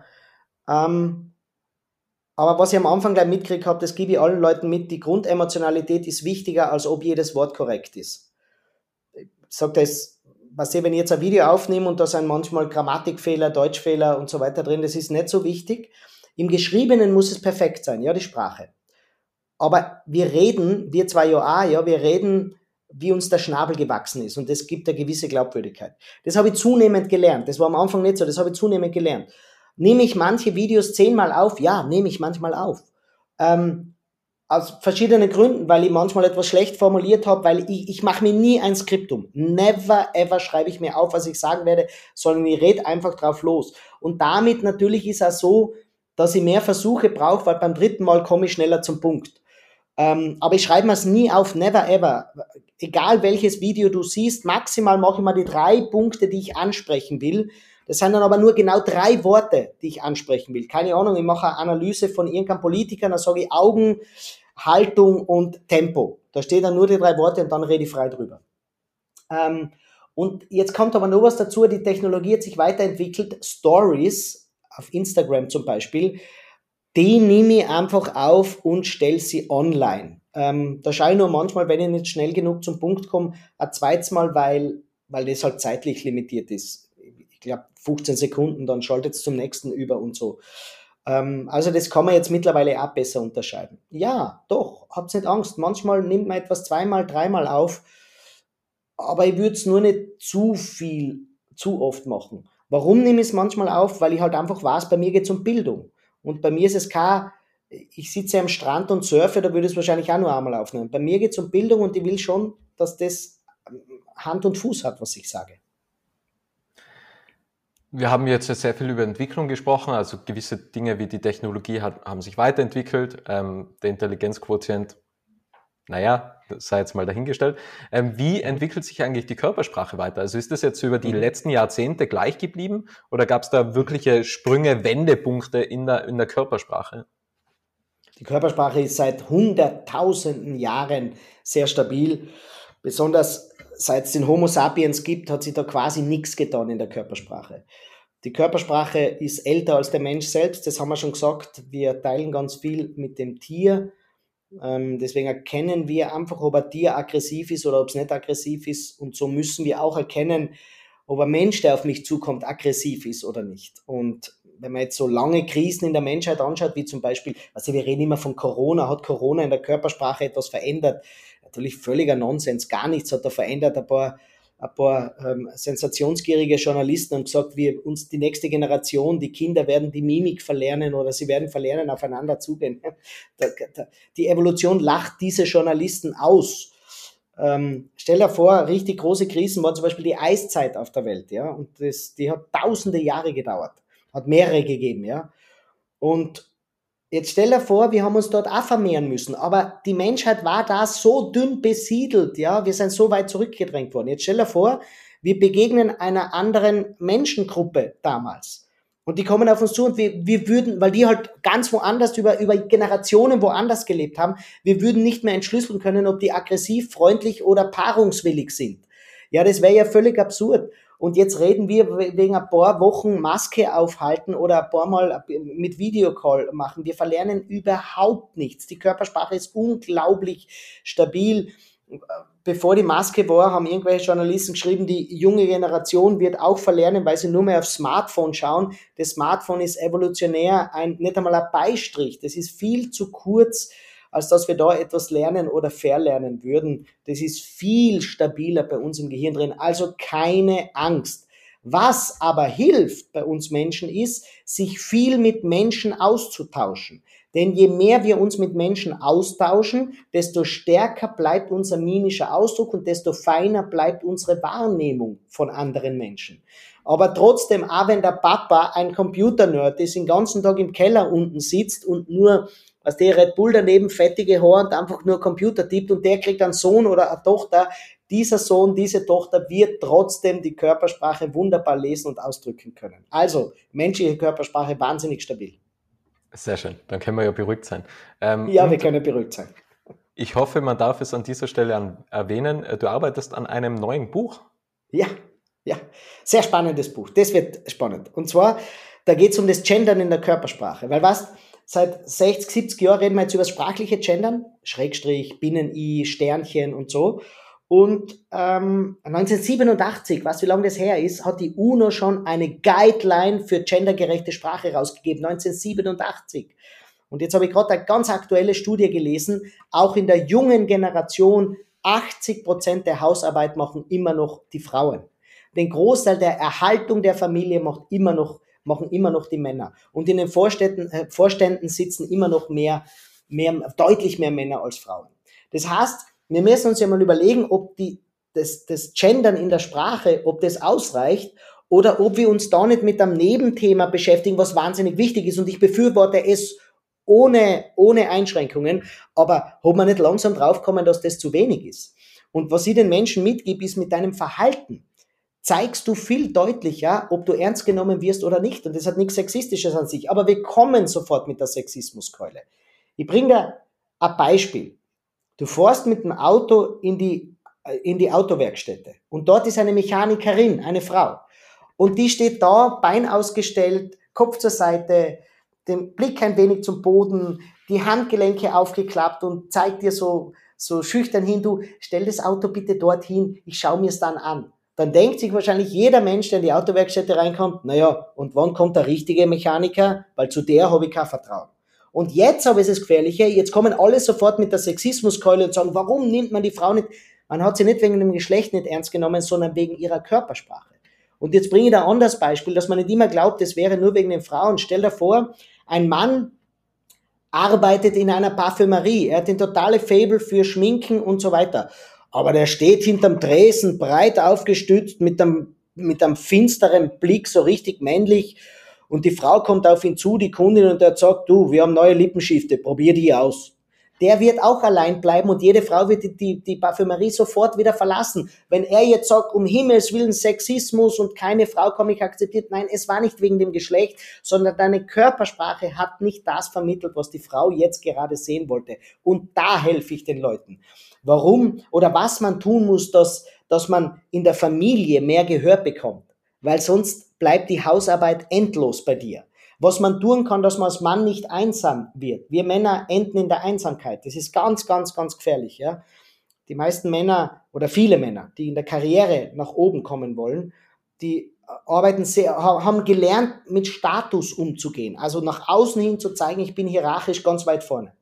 Aber was ich am Anfang gleich mitgekriegt habe, das gebe ich allen Leuten mit, die Grundemotionalität ist wichtiger, als ob jedes Wort korrekt ist. Ich sage das, wenn ich jetzt ein Video aufnehme und da sind manchmal Grammatikfehler, Deutschfehler und so weiter drin, das ist nicht so wichtig. Im Geschriebenen muss es perfekt sein, ja, die Sprache. Aber wir reden, wir zwei ja auch, ja, wir reden, wie uns der Schnabel gewachsen ist und das gibt eine gewisse Glaubwürdigkeit. Das habe ich zunehmend gelernt, das war am Anfang nicht so, das habe ich zunehmend gelernt. Nehme ich manche Videos 10-mal auf? Ja, nehme ich manchmal auf. Aus verschiedenen Gründen, weil ich manchmal etwas schlecht formuliert habe, weil ich mache mir nie ein Skriptum. Never ever schreibe ich mir auf, was ich sagen werde, sondern ich rede einfach drauf los. Und damit natürlich ist es auch so, dass ich mehr Versuche brauche, weil beim 3. Mal komme ich schneller zum Punkt. Aber ich schreibe mir es nie auf, never ever. Egal welches Video du siehst, maximal mache ich mal die 3 Punkte, die ich ansprechen will. Das sind dann aber nur genau 3 Worte, die ich ansprechen will. Keine Ahnung, ich mache eine Analyse von irgendeinem Politiker, dann sage ich Augen, Haltung und Tempo. Da steht dann nur die 3 Worte und dann rede ich frei drüber. Und jetzt kommt aber noch was dazu, die Technologie hat sich weiterentwickelt, Stories auf Instagram zum Beispiel, die nehme ich einfach auf und stelle sie online. Da schaue ich nur manchmal, wenn ich nicht schnell genug zum Punkt komme, ein zweites Mal, weil das halt zeitlich limitiert ist. Ich glaube 15 Sekunden, dann schaltet es zum nächsten über und so. Also das kann man jetzt mittlerweile auch besser unterscheiden. Ja, doch, habt nicht Angst. Manchmal nimmt man etwas zweimal, dreimal auf, aber ich würde es nur nicht zu oft machen. Warum nehme ich es manchmal auf? Weil ich halt einfach weiß, bei mir geht es um Bildung. Und bei mir ist es ich sitze am Strand und surfe, da würde ich es wahrscheinlich auch nur einmal aufnehmen. Bei mir geht es um Bildung und ich will schon, dass das Hand und Fuß hat, was ich sage. Wir haben jetzt sehr viel über Entwicklung gesprochen, also gewisse Dinge wie die Technologie haben sich weiterentwickelt, der Intelligenzquotient, naja, das sei jetzt mal dahingestellt. Wie entwickelt sich eigentlich die Körpersprache weiter? Also ist das jetzt über die letzten Jahrzehnte gleich geblieben oder gab es da wirkliche Sprünge, Wendepunkte in der Körpersprache? Die Körpersprache ist seit hunderttausenden Jahren sehr stabil. Besonders seit es den Homo sapiens gibt, hat sich da quasi nichts getan in der Körpersprache. Die Körpersprache ist älter als der Mensch selbst, das haben wir schon gesagt. Wir teilen ganz viel mit dem Tier. Deswegen erkennen wir einfach, ob ein Tier aggressiv ist oder ob es nicht aggressiv ist. Und so müssen wir auch erkennen, ob ein Mensch, der auf mich zukommt, aggressiv ist oder nicht. Und wenn man jetzt so lange Krisen in der Menschheit anschaut, wie zum Beispiel, also wir reden immer von Corona, hat Corona in der Körpersprache etwas verändert? Natürlich völliger Nonsens, gar nichts hat er verändert. Ein paar sensationsgierige Journalisten haben gesagt, wir uns die nächste Generation, die Kinder werden die Mimik verlernen oder sie werden verlernen, aufeinander zugehen. Die Evolution lacht diese Journalisten aus. Stell dir vor, richtig große Krisen war zum Beispiel die Eiszeit auf der Welt, ja, und die hat tausende Jahre gedauert, hat mehrere gegeben, ja, und jetzt stell dir vor, wir haben uns dort auch vermehren müssen, aber die Menschheit war da so dünn besiedelt, ja, wir sind so weit zurückgedrängt worden. Jetzt stell dir vor, wir begegnen einer anderen Menschengruppe damals und die kommen auf uns zu und wir würden, weil die halt ganz woanders, über Generationen woanders gelebt haben, wir würden nicht mehr entschlüsseln können, ob die aggressiv, freundlich oder paarungswillig sind. Ja, das wäre ja völlig absurd. Und jetzt reden wir wegen ein paar Wochen Maske aufhalten oder ein paar Mal mit Videocall machen. Wir verlernen überhaupt nichts. Die Körpersprache ist unglaublich stabil. Bevor die Maske war, haben irgendwelche Journalisten geschrieben, die junge Generation wird auch verlernen, weil sie nur mehr aufs Smartphone schauen. Das Smartphone ist evolutionär nicht einmal ein Beistrich. Das ist viel zu kurz, als dass wir da etwas lernen oder verlernen würden. Das ist viel stabiler bei uns im Gehirn drin. Also keine Angst. Was aber hilft bei uns Menschen ist, sich viel mit Menschen auszutauschen. Denn je mehr wir uns mit Menschen austauschen, desto stärker bleibt unser mimischer Ausdruck und desto feiner bleibt unsere Wahrnehmung von anderen Menschen. Aber trotzdem, auch wenn der Papa ein Computer-Nerd ist, den ganzen Tag im Keller unten sitzt und nur, was der Red Bull daneben, fettige Haare und einfach nur Computer tippt und der kriegt einen Sohn oder eine Tochter, dieser Sohn, diese Tochter wird trotzdem die Körpersprache wunderbar lesen und ausdrücken können. Also, menschliche Körpersprache wahnsinnig stabil. Sehr schön, dann können wir ja beruhigt sein. Ja, wir können beruhigt sein. Ich hoffe, man darf es an dieser Stelle erwähnen, du arbeitest an einem neuen Buch. Ja, sehr spannendes Buch, das wird spannend. Und zwar, da geht es um das Gendern in der Körpersprache, weil seit 60, 70 Jahren reden wir jetzt über das sprachliche Gendern, Schrägstrich, Binnen-I, Sternchen und so. Und 1987, weißt du, wie lange das her ist, hat die UNO schon eine Guideline für gendergerechte Sprache rausgegeben, 1987. Und jetzt habe ich gerade eine ganz aktuelle Studie gelesen, auch in der jungen Generation, 80% der Hausarbeit machen immer noch die Frauen. Den Großteil der Erhaltung der Familie machen immer noch die Männer. Und in den Vorständen sitzen immer noch deutlich mehr Männer als Frauen. Das heißt, wir müssen uns ja mal überlegen, ob das Gendern in der Sprache, ob das ausreicht oder ob wir uns da nicht mit einem Nebenthema beschäftigen, was wahnsinnig wichtig ist. Und ich befürworte es ohne Einschränkungen, aber ob wir nicht langsam draufkommen, dass das zu wenig ist. Und was ich den Menschen mitgebe, ist mit deinem Verhalten zeigst du viel deutlicher, ob du ernst genommen wirst oder nicht. Und das hat nichts Sexistisches an sich. Aber wir kommen sofort mit der Sexismuskeule. Ich bringe dir ein Beispiel. Du fährst mit dem Auto in die in die Autowerkstätte. Und dort ist eine Mechanikerin, eine Frau. Und die steht da, Bein ausgestellt, Kopf zur Seite, den Blick ein wenig zum Boden, die Handgelenke aufgeklappt und zeigt dir so schüchtern hin, du, stell das Auto bitte dorthin, ich schaue mir es dann an. Dann denkt sich wahrscheinlich jeder Mensch, der in die Autowerkstätte reinkommt, naja, und wann kommt der richtige Mechaniker? Weil zu der habe ich kein Vertrauen. Und jetzt aber ist es Gefährliche, jetzt kommen alle sofort mit der Sexismuskeule und sagen, warum nimmt man die Frau nicht? Man hat sie nicht wegen dem Geschlecht nicht ernst genommen, sondern wegen ihrer Körpersprache. Und jetzt bringe ich da ein anderes Beispiel, dass man nicht immer glaubt, das wäre nur wegen den Frauen. Stell dir vor, ein Mann arbeitet in einer Parfümerie, er hat ein totales Faible für Schminken und so weiter. Aber der steht hinterm Tresen, breit aufgestützt, mit einem finsteren Blick, so richtig männlich. Und die Frau kommt auf ihn zu, die Kundin, und der sagt, du, wir haben neue Lippenstifte, probier die aus. Der wird auch allein bleiben und jede Frau wird die Parfümerie sofort wieder verlassen. Wenn er jetzt sagt, um Himmels Willen Sexismus und keine Frau kann mich akzeptiert, nein, es war nicht wegen dem Geschlecht, sondern deine Körpersprache hat nicht das vermittelt, was die Frau jetzt gerade sehen wollte. Und da helfe ich den Leuten. Warum oder was man tun muss, dass man in der Familie mehr Gehör bekommt, weil sonst bleibt die Hausarbeit endlos bei dir. Was man tun kann, dass man als Mann nicht einsam wird. Wir Männer enden in der Einsamkeit. Das ist ganz, ganz, ganz gefährlich. Ja? Die meisten Männer oder viele Männer, die in der Karriere nach oben kommen wollen, die haben gelernt, mit Status umzugehen. Also nach außen hin zu zeigen, ich bin hierarchisch ganz weit vorne.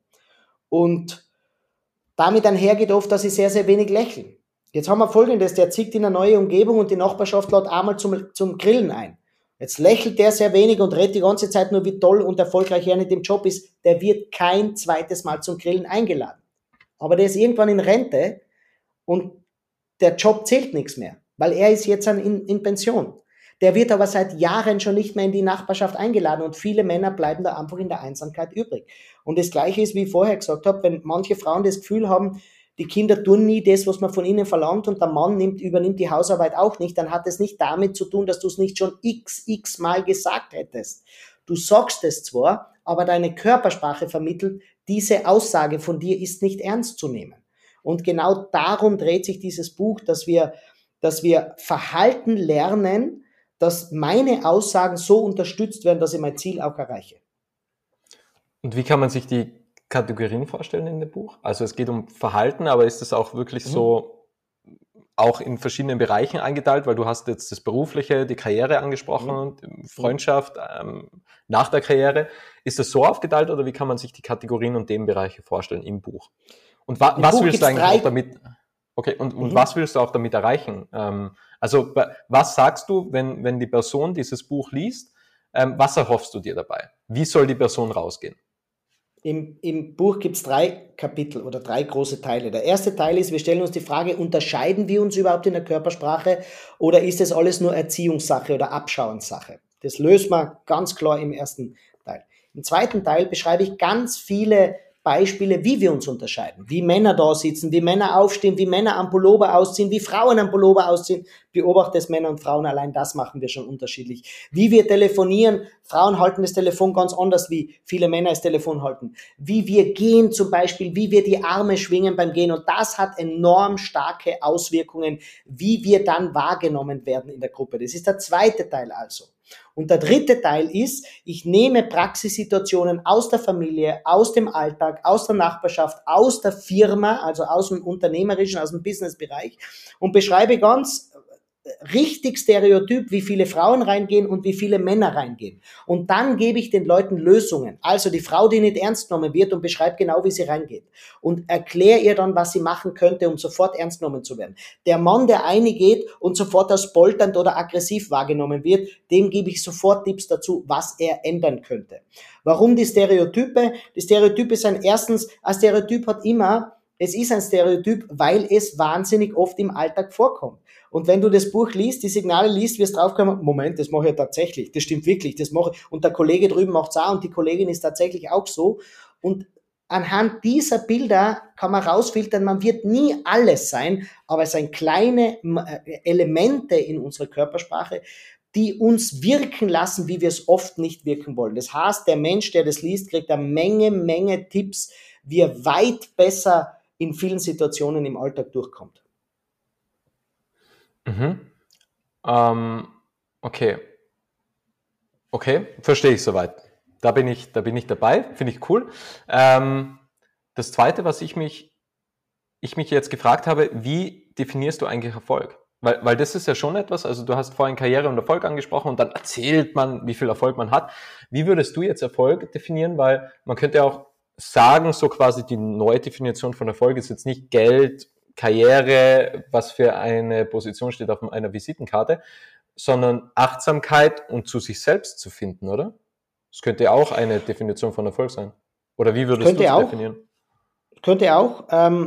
Und damit einhergeht oft, dass sie sehr, sehr wenig lächeln. Jetzt haben wir Folgendes, der zieht in eine neue Umgebung und die Nachbarschaft lädt einmal zum Grillen ein. Jetzt lächelt der sehr wenig und redet die ganze Zeit nur, wie toll und erfolgreich er nicht im Job ist. Der wird kein zweites Mal zum Grillen eingeladen. Aber der ist irgendwann in Rente und der Job zählt nichts mehr, weil er ist jetzt in Pension. Der wird aber seit Jahren schon nicht mehr in die Nachbarschaft eingeladen und viele Männer bleiben da einfach in der Einsamkeit übrig. Und das Gleiche ist, wie ich vorher gesagt habe, wenn manche Frauen das Gefühl haben, die Kinder tun nie das, was man von ihnen verlangt und der Mann übernimmt die Hausarbeit auch nicht, dann hat es nicht damit zu tun, dass du es nicht schon x Mal gesagt hättest. Du sagst es zwar, aber deine Körpersprache vermittelt, diese Aussage von dir ist nicht ernst zu nehmen. Und genau darum dreht sich dieses Buch, dass wir Verhalten lernen, dass meine Aussagen so unterstützt werden, dass ich mein Ziel auch erreiche. Und wie kann man sich die Kategorien vorstellen in dem Buch? Also es geht um Verhalten, aber ist es auch wirklich so auch in verschiedenen Bereichen eingeteilt, weil du hast jetzt das Berufliche, die Karriere angesprochen, Freundschaft, nach der Karriere. Ist das so aufgeteilt oder wie kann man sich die Kategorien und Themenbereiche vorstellen im Buch? Und was willst du eigentlich auch damit? Okay, und was willst du auch damit erreichen? Also was sagst du, wenn die Person dieses Buch liest? Was erhoffst du dir dabei? Wie soll die Person rausgehen? Im Buch gibt es 3 Kapitel oder 3 große Teile. Der erste Teil ist, wir stellen uns die Frage, unterscheiden wir uns überhaupt in der Körpersprache oder ist das alles nur Erziehungssache oder Abschauenssache? Das löst man ganz klar im ersten Teil. Im zweiten Teil beschreibe ich ganz viele Beispiele, wie wir uns unterscheiden. Wie Männer da sitzen, wie Männer aufstehen, wie Männer am Pullover ausziehen, wie Frauen am Pullover ausziehen. Beobachte es Männer und Frauen, allein das machen wir schon unterschiedlich. Wie wir telefonieren, Frauen halten das Telefon ganz anders, wie viele Männer das Telefon halten. Wie wir gehen zum Beispiel, wie wir die Arme schwingen beim Gehen. Und das hat enorm starke Auswirkungen, wie wir dann wahrgenommen werden in der Gruppe. Das ist der zweite Teil also. Und der dritte Teil ist, ich nehme Praxissituationen aus der Familie, aus dem Alltag, aus der Nachbarschaft, aus der Firma, also aus dem Unternehmerischen, aus dem Businessbereich und beschreibe ganz richtig stereotyp, wie viele Frauen reingehen und wie viele Männer reingehen. Und dann gebe ich den Leuten Lösungen. Also die Frau, die nicht ernst genommen wird und beschreibt genau, wie sie reingeht. Und erkläre ihr dann, was sie machen könnte, um sofort ernst genommen zu werden. Der Mann, der reingeht und sofort als polternd oder aggressiv wahrgenommen wird, dem gebe ich sofort Tipps dazu, was er ändern könnte. Warum die Stereotype? Die Stereotype sind erstens, ein Stereotyp hat immer, es ist ein Stereotyp, weil es wahnsinnig oft im Alltag vorkommt. Und wenn du das Buch liest, die Signale liest, wirst du draufkommen, Moment, das mache ich ja tatsächlich, das stimmt wirklich, das mache ich. Und der Kollege drüben macht's auch und die Kollegin ist tatsächlich auch so. Und anhand dieser Bilder kann man rausfiltern, man wird nie alles sein, aber es sind kleine Elemente in unserer Körpersprache, die uns wirken lassen, wie wir es oft nicht wirken wollen. Das heißt, der Mensch, der das liest, kriegt eine Menge Tipps, wie er weit besser in vielen Situationen im Alltag durchkommt. Mhm. Ähm, okay. Okay, verstehe ich soweit. Da bin ich dabei, finde ich cool. Das Zweite, was ich mich jetzt gefragt habe, wie definierst du eigentlich Erfolg? Weil das ist ja schon etwas, also du hast vorhin Karriere und Erfolg angesprochen und dann erzählt man, wie viel Erfolg man hat. Wie würdest du jetzt Erfolg definieren? Weil man könnte ja auch sagen, so quasi die neue Definition von Erfolg ist jetzt nicht Geld, Karriere, was für eine Position steht auf einer Visitenkarte, sondern Achtsamkeit und zu sich selbst zu finden, oder? Das könnte ja auch eine Definition von Erfolg sein. Oder wie würdest du Könnte es auch, definieren? könnte auch.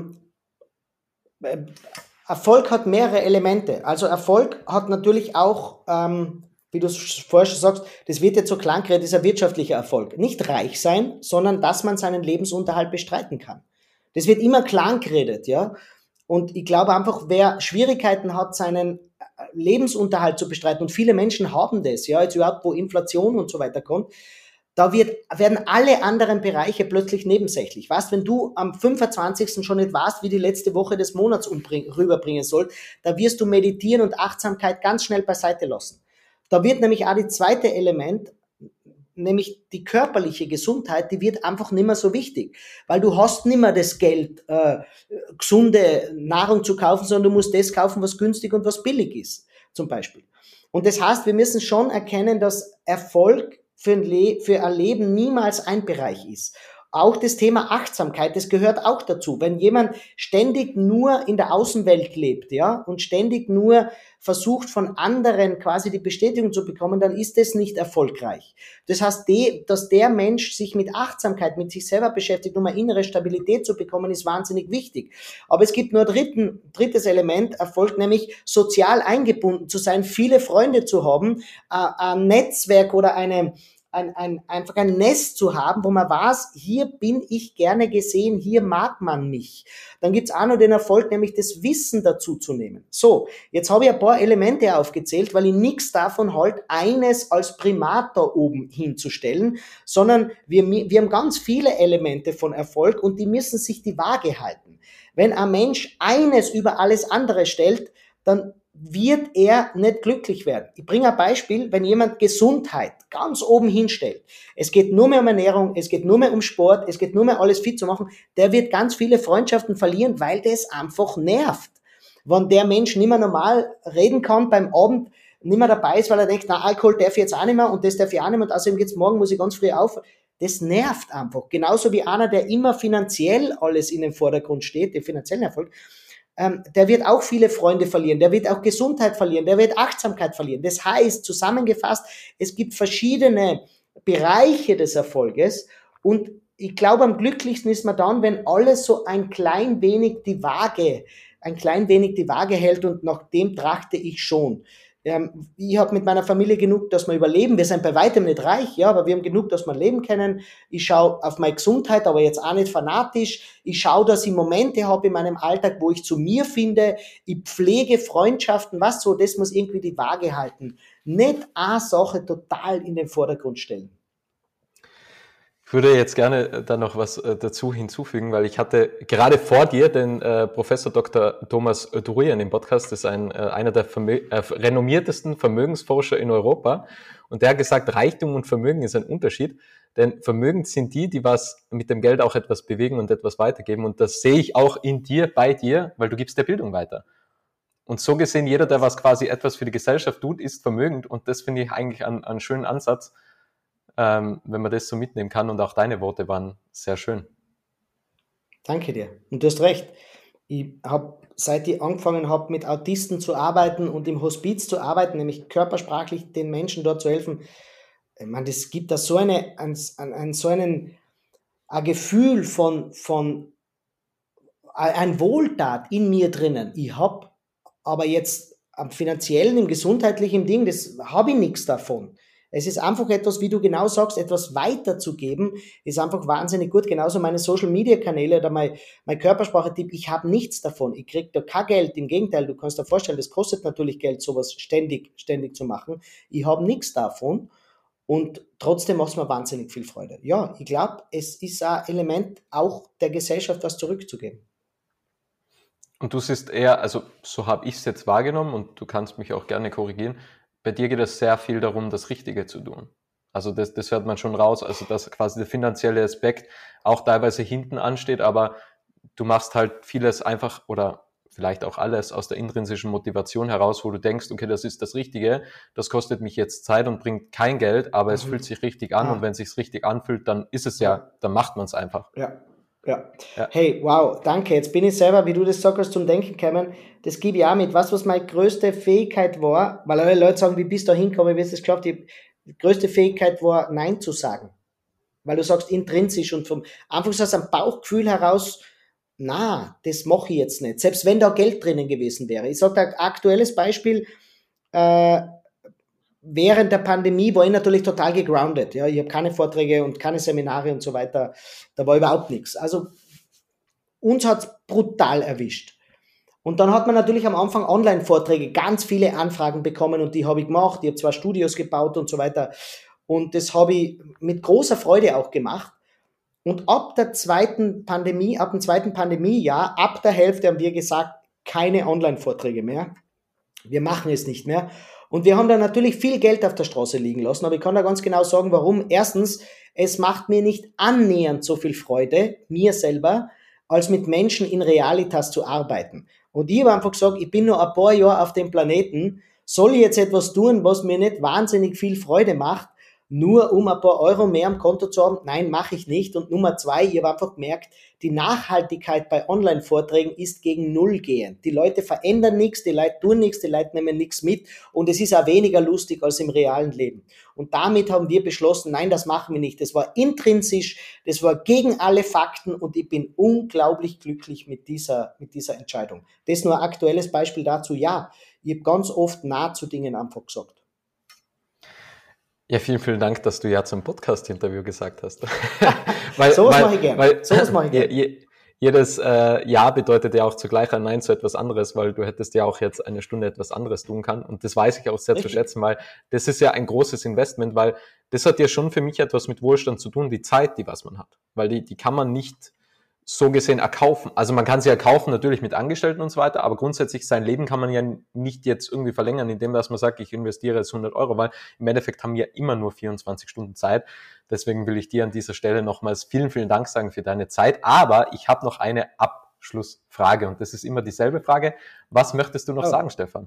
Äh, Erfolg hat mehrere Elemente. Also Erfolg hat natürlich auch, wie du es vorher schon sagst, das wird jetzt so klang geredet, ist ein wirtschaftlicher Erfolg. Nicht reich sein, sondern dass man seinen Lebensunterhalt bestreiten kann. Das wird immer klang geredet, ja. Und ich glaube einfach, wer Schwierigkeiten hat, seinen Lebensunterhalt zu bestreiten, und viele Menschen haben das, ja, jetzt überhaupt, wo Inflation und so weiter kommt, werden alle anderen Bereiche plötzlich nebensächlich. Weißt, wenn du am 25. schon nicht weißt, wie die letzte Woche des Monats rüberbringen soll, da wirst du meditieren und Achtsamkeit ganz schnell beiseite lassen. Da wird nämlich auch die zweite Element, nämlich die körperliche Gesundheit, die wird einfach nicht mehr so wichtig, weil du hast nicht mehr das Geld, gesunde Nahrung zu kaufen, sondern du musst das kaufen, was günstig und was billig ist, zum Beispiel. Und das heißt, wir müssen schon erkennen, dass Erfolg für ein Leben niemals ein Bereich ist. Auch das Thema Achtsamkeit, das gehört auch dazu. Wenn jemand ständig nur in der Außenwelt lebt, ja, und ständig nur versucht, von anderen quasi die Bestätigung zu bekommen, dann ist das nicht erfolgreich. Das heißt, dass der Mensch sich mit Achtsamkeit, mit sich selber beschäftigt, um eine innere Stabilität zu bekommen, ist wahnsinnig wichtig. Aber es gibt nur drittes Element, Erfolg, nämlich sozial eingebunden zu sein, viele Freunde zu haben, ein Netzwerk oder einfach ein Nest zu haben, wo man weiß, hier bin ich gerne gesehen, hier mag man mich. Dann gibt's auch noch den Erfolg, nämlich das Wissen dazu zu nehmen. So, jetzt habe ich ein paar Elemente aufgezählt, weil ich nichts davon halt, eines als Primat da oben hinzustellen, sondern wir haben ganz viele Elemente von Erfolg und die müssen sich die Waage halten. Wenn ein Mensch eines über alles andere stellt, dann wird er nicht glücklich werden. Ich bringe ein Beispiel, wenn jemand Gesundheit ganz oben hinstellt, es geht nur mehr um Ernährung, es geht nur mehr um Sport, es geht nur mehr alles fit zu machen, der wird ganz viele Freundschaften verlieren, weil das einfach nervt. Wenn der Mensch nicht mehr normal reden kann beim Abend, nicht mehr dabei ist, weil er denkt, na, Alkohol darf ich jetzt auch nicht mehr und das darf ich auch nicht mehr und außerdem geht's morgen, muss ich ganz früh auf. Das nervt einfach. Genauso wie einer, der immer finanziell alles in den Vordergrund steht, den finanziellen Erfolg, der wird auch viele Freunde verlieren, der wird auch Gesundheit verlieren, der wird Achtsamkeit verlieren. Das heißt, zusammengefasst, es gibt verschiedene Bereiche des Erfolges und ich glaube, am glücklichsten ist man dann, wenn alles so ein klein wenig die Waage hält und nach dem trachte ich schon. Ich habe mit meiner Familie genug, dass wir überleben. Wir sind bei weitem nicht reich, ja, aber wir haben genug, dass wir leben können. Ich schaue auf meine Gesundheit, aber jetzt auch nicht fanatisch. Ich schaue, dass ich Momente habe in meinem Alltag, wo ich zu mir finde. Ich pflege Freundschaften, was so, das muss irgendwie die Waage halten. Nicht eine Sache total in den Vordergrund stellen. Ich würde jetzt gerne da noch was dazu hinzufügen, weil ich hatte gerade vor dir den Professor Dr. Thomas Durian im Podcast, das ist einer der renommiertesten Vermögensforscher in Europa. Und der hat gesagt, Reichtum und Vermögen ist ein Unterschied, denn vermögend sind die was mit dem Geld auch etwas bewegen und etwas weitergeben. Und das sehe ich auch in dir, bei dir, weil du gibst der Bildung weiter. Und so gesehen, jeder, der was quasi etwas für die Gesellschaft tut, ist vermögend. Und das finde ich eigentlich einen schönen Ansatz, wenn man das so mitnehmen kann. Und auch deine Worte waren sehr schön. Danke dir. Und du hast recht. Ich habe, seit ich angefangen habe, mit Autisten zu arbeiten und im Hospiz zu arbeiten, nämlich körpersprachlich den Menschen dort zu helfen, ich meine, das gibt da so ein Gefühl ein Wohltat in mir drinnen. Ich habe aber jetzt am finanziellen, im gesundheitlichen Ding, das habe ich nichts davon. Es ist einfach etwas, wie du genau sagst, etwas weiterzugeben, ist einfach wahnsinnig gut. Genauso meine Social-Media-Kanäle oder mein Körpersprache-Tipp, ich habe nichts davon. Ich kriege da kein Geld. Im Gegenteil, du kannst dir vorstellen, das kostet natürlich Geld, sowas ständig zu machen. Ich habe nichts davon. Und trotzdem macht es mir wahnsinnig viel Freude. Ja, ich glaube, es ist ein Element auch der Gesellschaft, was zurückzugeben. Und du siehst eher, also so habe ich es jetzt wahrgenommen und du kannst mich auch gerne korrigieren, bei dir geht es sehr viel darum, das Richtige zu tun. Also das hört man schon raus, also dass quasi der finanzielle Aspekt auch teilweise hinten ansteht, aber du machst halt vieles einfach oder vielleicht auch alles aus der intrinsischen Motivation heraus, wo du denkst, okay, das ist das Richtige, das kostet mich jetzt Zeit und bringt kein Geld, aber es fühlt sich richtig an und wenn es sich richtig anfühlt, dann ist es dann macht man es einfach. Ja. Hey, wow, danke. Jetzt bin ich selber, wie du das sagst, zum Denken gekommen. Das gebe ich auch mit. Was meine größte Fähigkeit war, weil alle Leute sagen, wie bist du da hingekommen, wie hast du das geschafft? Die größte Fähigkeit war, Nein zu sagen. Weil du sagst intrinsisch und einfach so aus einem Bauchgefühl heraus, na, das mache ich jetzt nicht. Selbst wenn da Geld drinnen gewesen wäre. Ich sage da ein aktuelles Beispiel, während der Pandemie war ich natürlich total gegroundet. Ja, ich habe keine Vorträge und keine Seminare und so weiter. Da war überhaupt nichts. Also uns hat es brutal erwischt. Und dann hat man natürlich am Anfang Online-Vorträge, ganz viele Anfragen bekommen und die habe ich gemacht. Ich habe 2 Studios gebaut und so weiter. Und das habe ich mit großer Freude auch gemacht. Und ab dem zweiten Pandemiejahr, ab der Hälfte haben wir gesagt, keine Online-Vorträge mehr. Wir machen es nicht mehr. Und wir haben da natürlich viel Geld auf der Straße liegen lassen, aber ich kann da ganz genau sagen, warum. Erstens, es macht mir nicht annähernd so viel Freude, mir selber, als mit Menschen in Realitas zu arbeiten. Und ich habe einfach gesagt, ich bin nur ein paar Jahre auf dem Planeten, soll ich jetzt etwas tun, was mir nicht wahnsinnig viel Freude macht, nur um ein paar Euro mehr am Konto zu haben? Nein, mache ich nicht. Und Nummer 2, ich habe einfach gemerkt, die Nachhaltigkeit bei Online-Vorträgen ist gegen Null gehend. Die Leute verändern nichts, die Leute tun nichts, die Leute nehmen nichts mit und es ist auch weniger lustig als im realen Leben. Und damit haben wir beschlossen, nein, das machen wir nicht. Das war intrinsisch, das war gegen alle Fakten und ich bin unglaublich glücklich mit dieser Entscheidung. Das ist nur ein aktuelles Beispiel dazu. Ja, ich habe ganz oft Nein zu Dingen einfach gesagt. Ja, vielen Dank, dass du ja zum Podcast-Interview gesagt hast. Sowas mache ich gerne. Jedes Ja bedeutet ja auch zugleich ein Nein zu etwas anderes, weil du hättest ja auch jetzt eine Stunde etwas anderes tun können. Und das weiß ich auch sehr zu schätzen, weil das ist ja ein großes Investment, weil das hat ja schon für mich etwas mit Wohlstand zu tun, die Zeit, die was man hat. Weil die kann man nicht so gesehen erkaufen. Also man kann sie erkaufen natürlich mit Angestellten und so weiter, aber grundsätzlich sein Leben kann man ja nicht jetzt irgendwie verlängern, indem dass man sagt, ich investiere jetzt 100 Euro, weil im Endeffekt haben wir immer nur 24 Stunden Zeit. Deswegen will ich dir an dieser Stelle nochmals vielen Dank sagen für deine Zeit. Aber ich habe noch eine Abschlussfrage und das ist immer dieselbe Frage. Was möchtest du noch sagen, Stefan?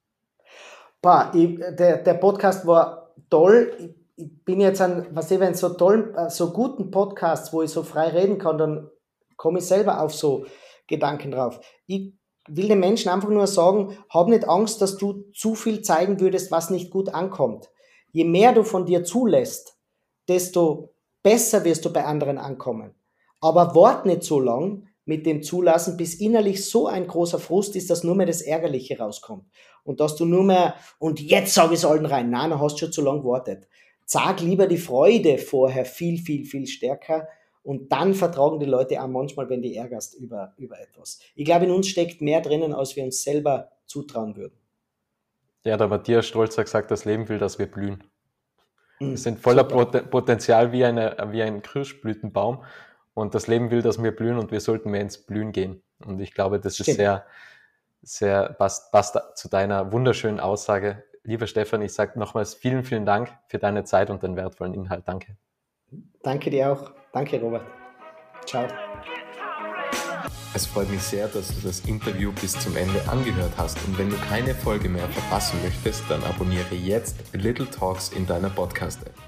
Der Podcast war toll. Ich bin jetzt wenn so guten Podcasts, wo ich so frei reden kann, dann komme ich selber auf so Gedanken drauf. Ich will den Menschen einfach nur sagen, hab nicht Angst, dass du zu viel zeigen würdest, was nicht gut ankommt. Je mehr du von dir zulässt, desto besser wirst du bei anderen ankommen. Aber wart nicht so lang mit dem Zulassen, bis innerlich so ein großer Frust ist, dass nur mehr das Ärgerliche rauskommt. Und dass du nur mehr, und jetzt sag ich es allen rein, nein, du hast schon zu lang gewartet. Sag lieber die Freude vorher viel, viel, viel stärker. Und dann vertragen die Leute auch manchmal, wenn du ärgerst über etwas. Ich glaube, in uns steckt mehr drinnen, als wir uns selber zutrauen würden. Ja, der Matthias Stolz hat gesagt, das Leben will, dass wir blühen. Wir sind voller Potenzial wie ein Kirschblütenbaum und das Leben will, dass wir blühen und wir sollten mehr ins Blühen gehen. Und ich glaube, das ist sehr passt zu deiner wunderschönen Aussage. Lieber Stefan, ich sage nochmals vielen Dank für deine Zeit und den wertvollen Inhalt. Danke. Danke dir auch. Danke, Robert. Ciao. Es freut mich sehr, dass du das Interview bis zum Ende angehört hast und wenn du keine Folge mehr verpassen möchtest, dann abonniere jetzt Little Talks in deiner Podcast-App.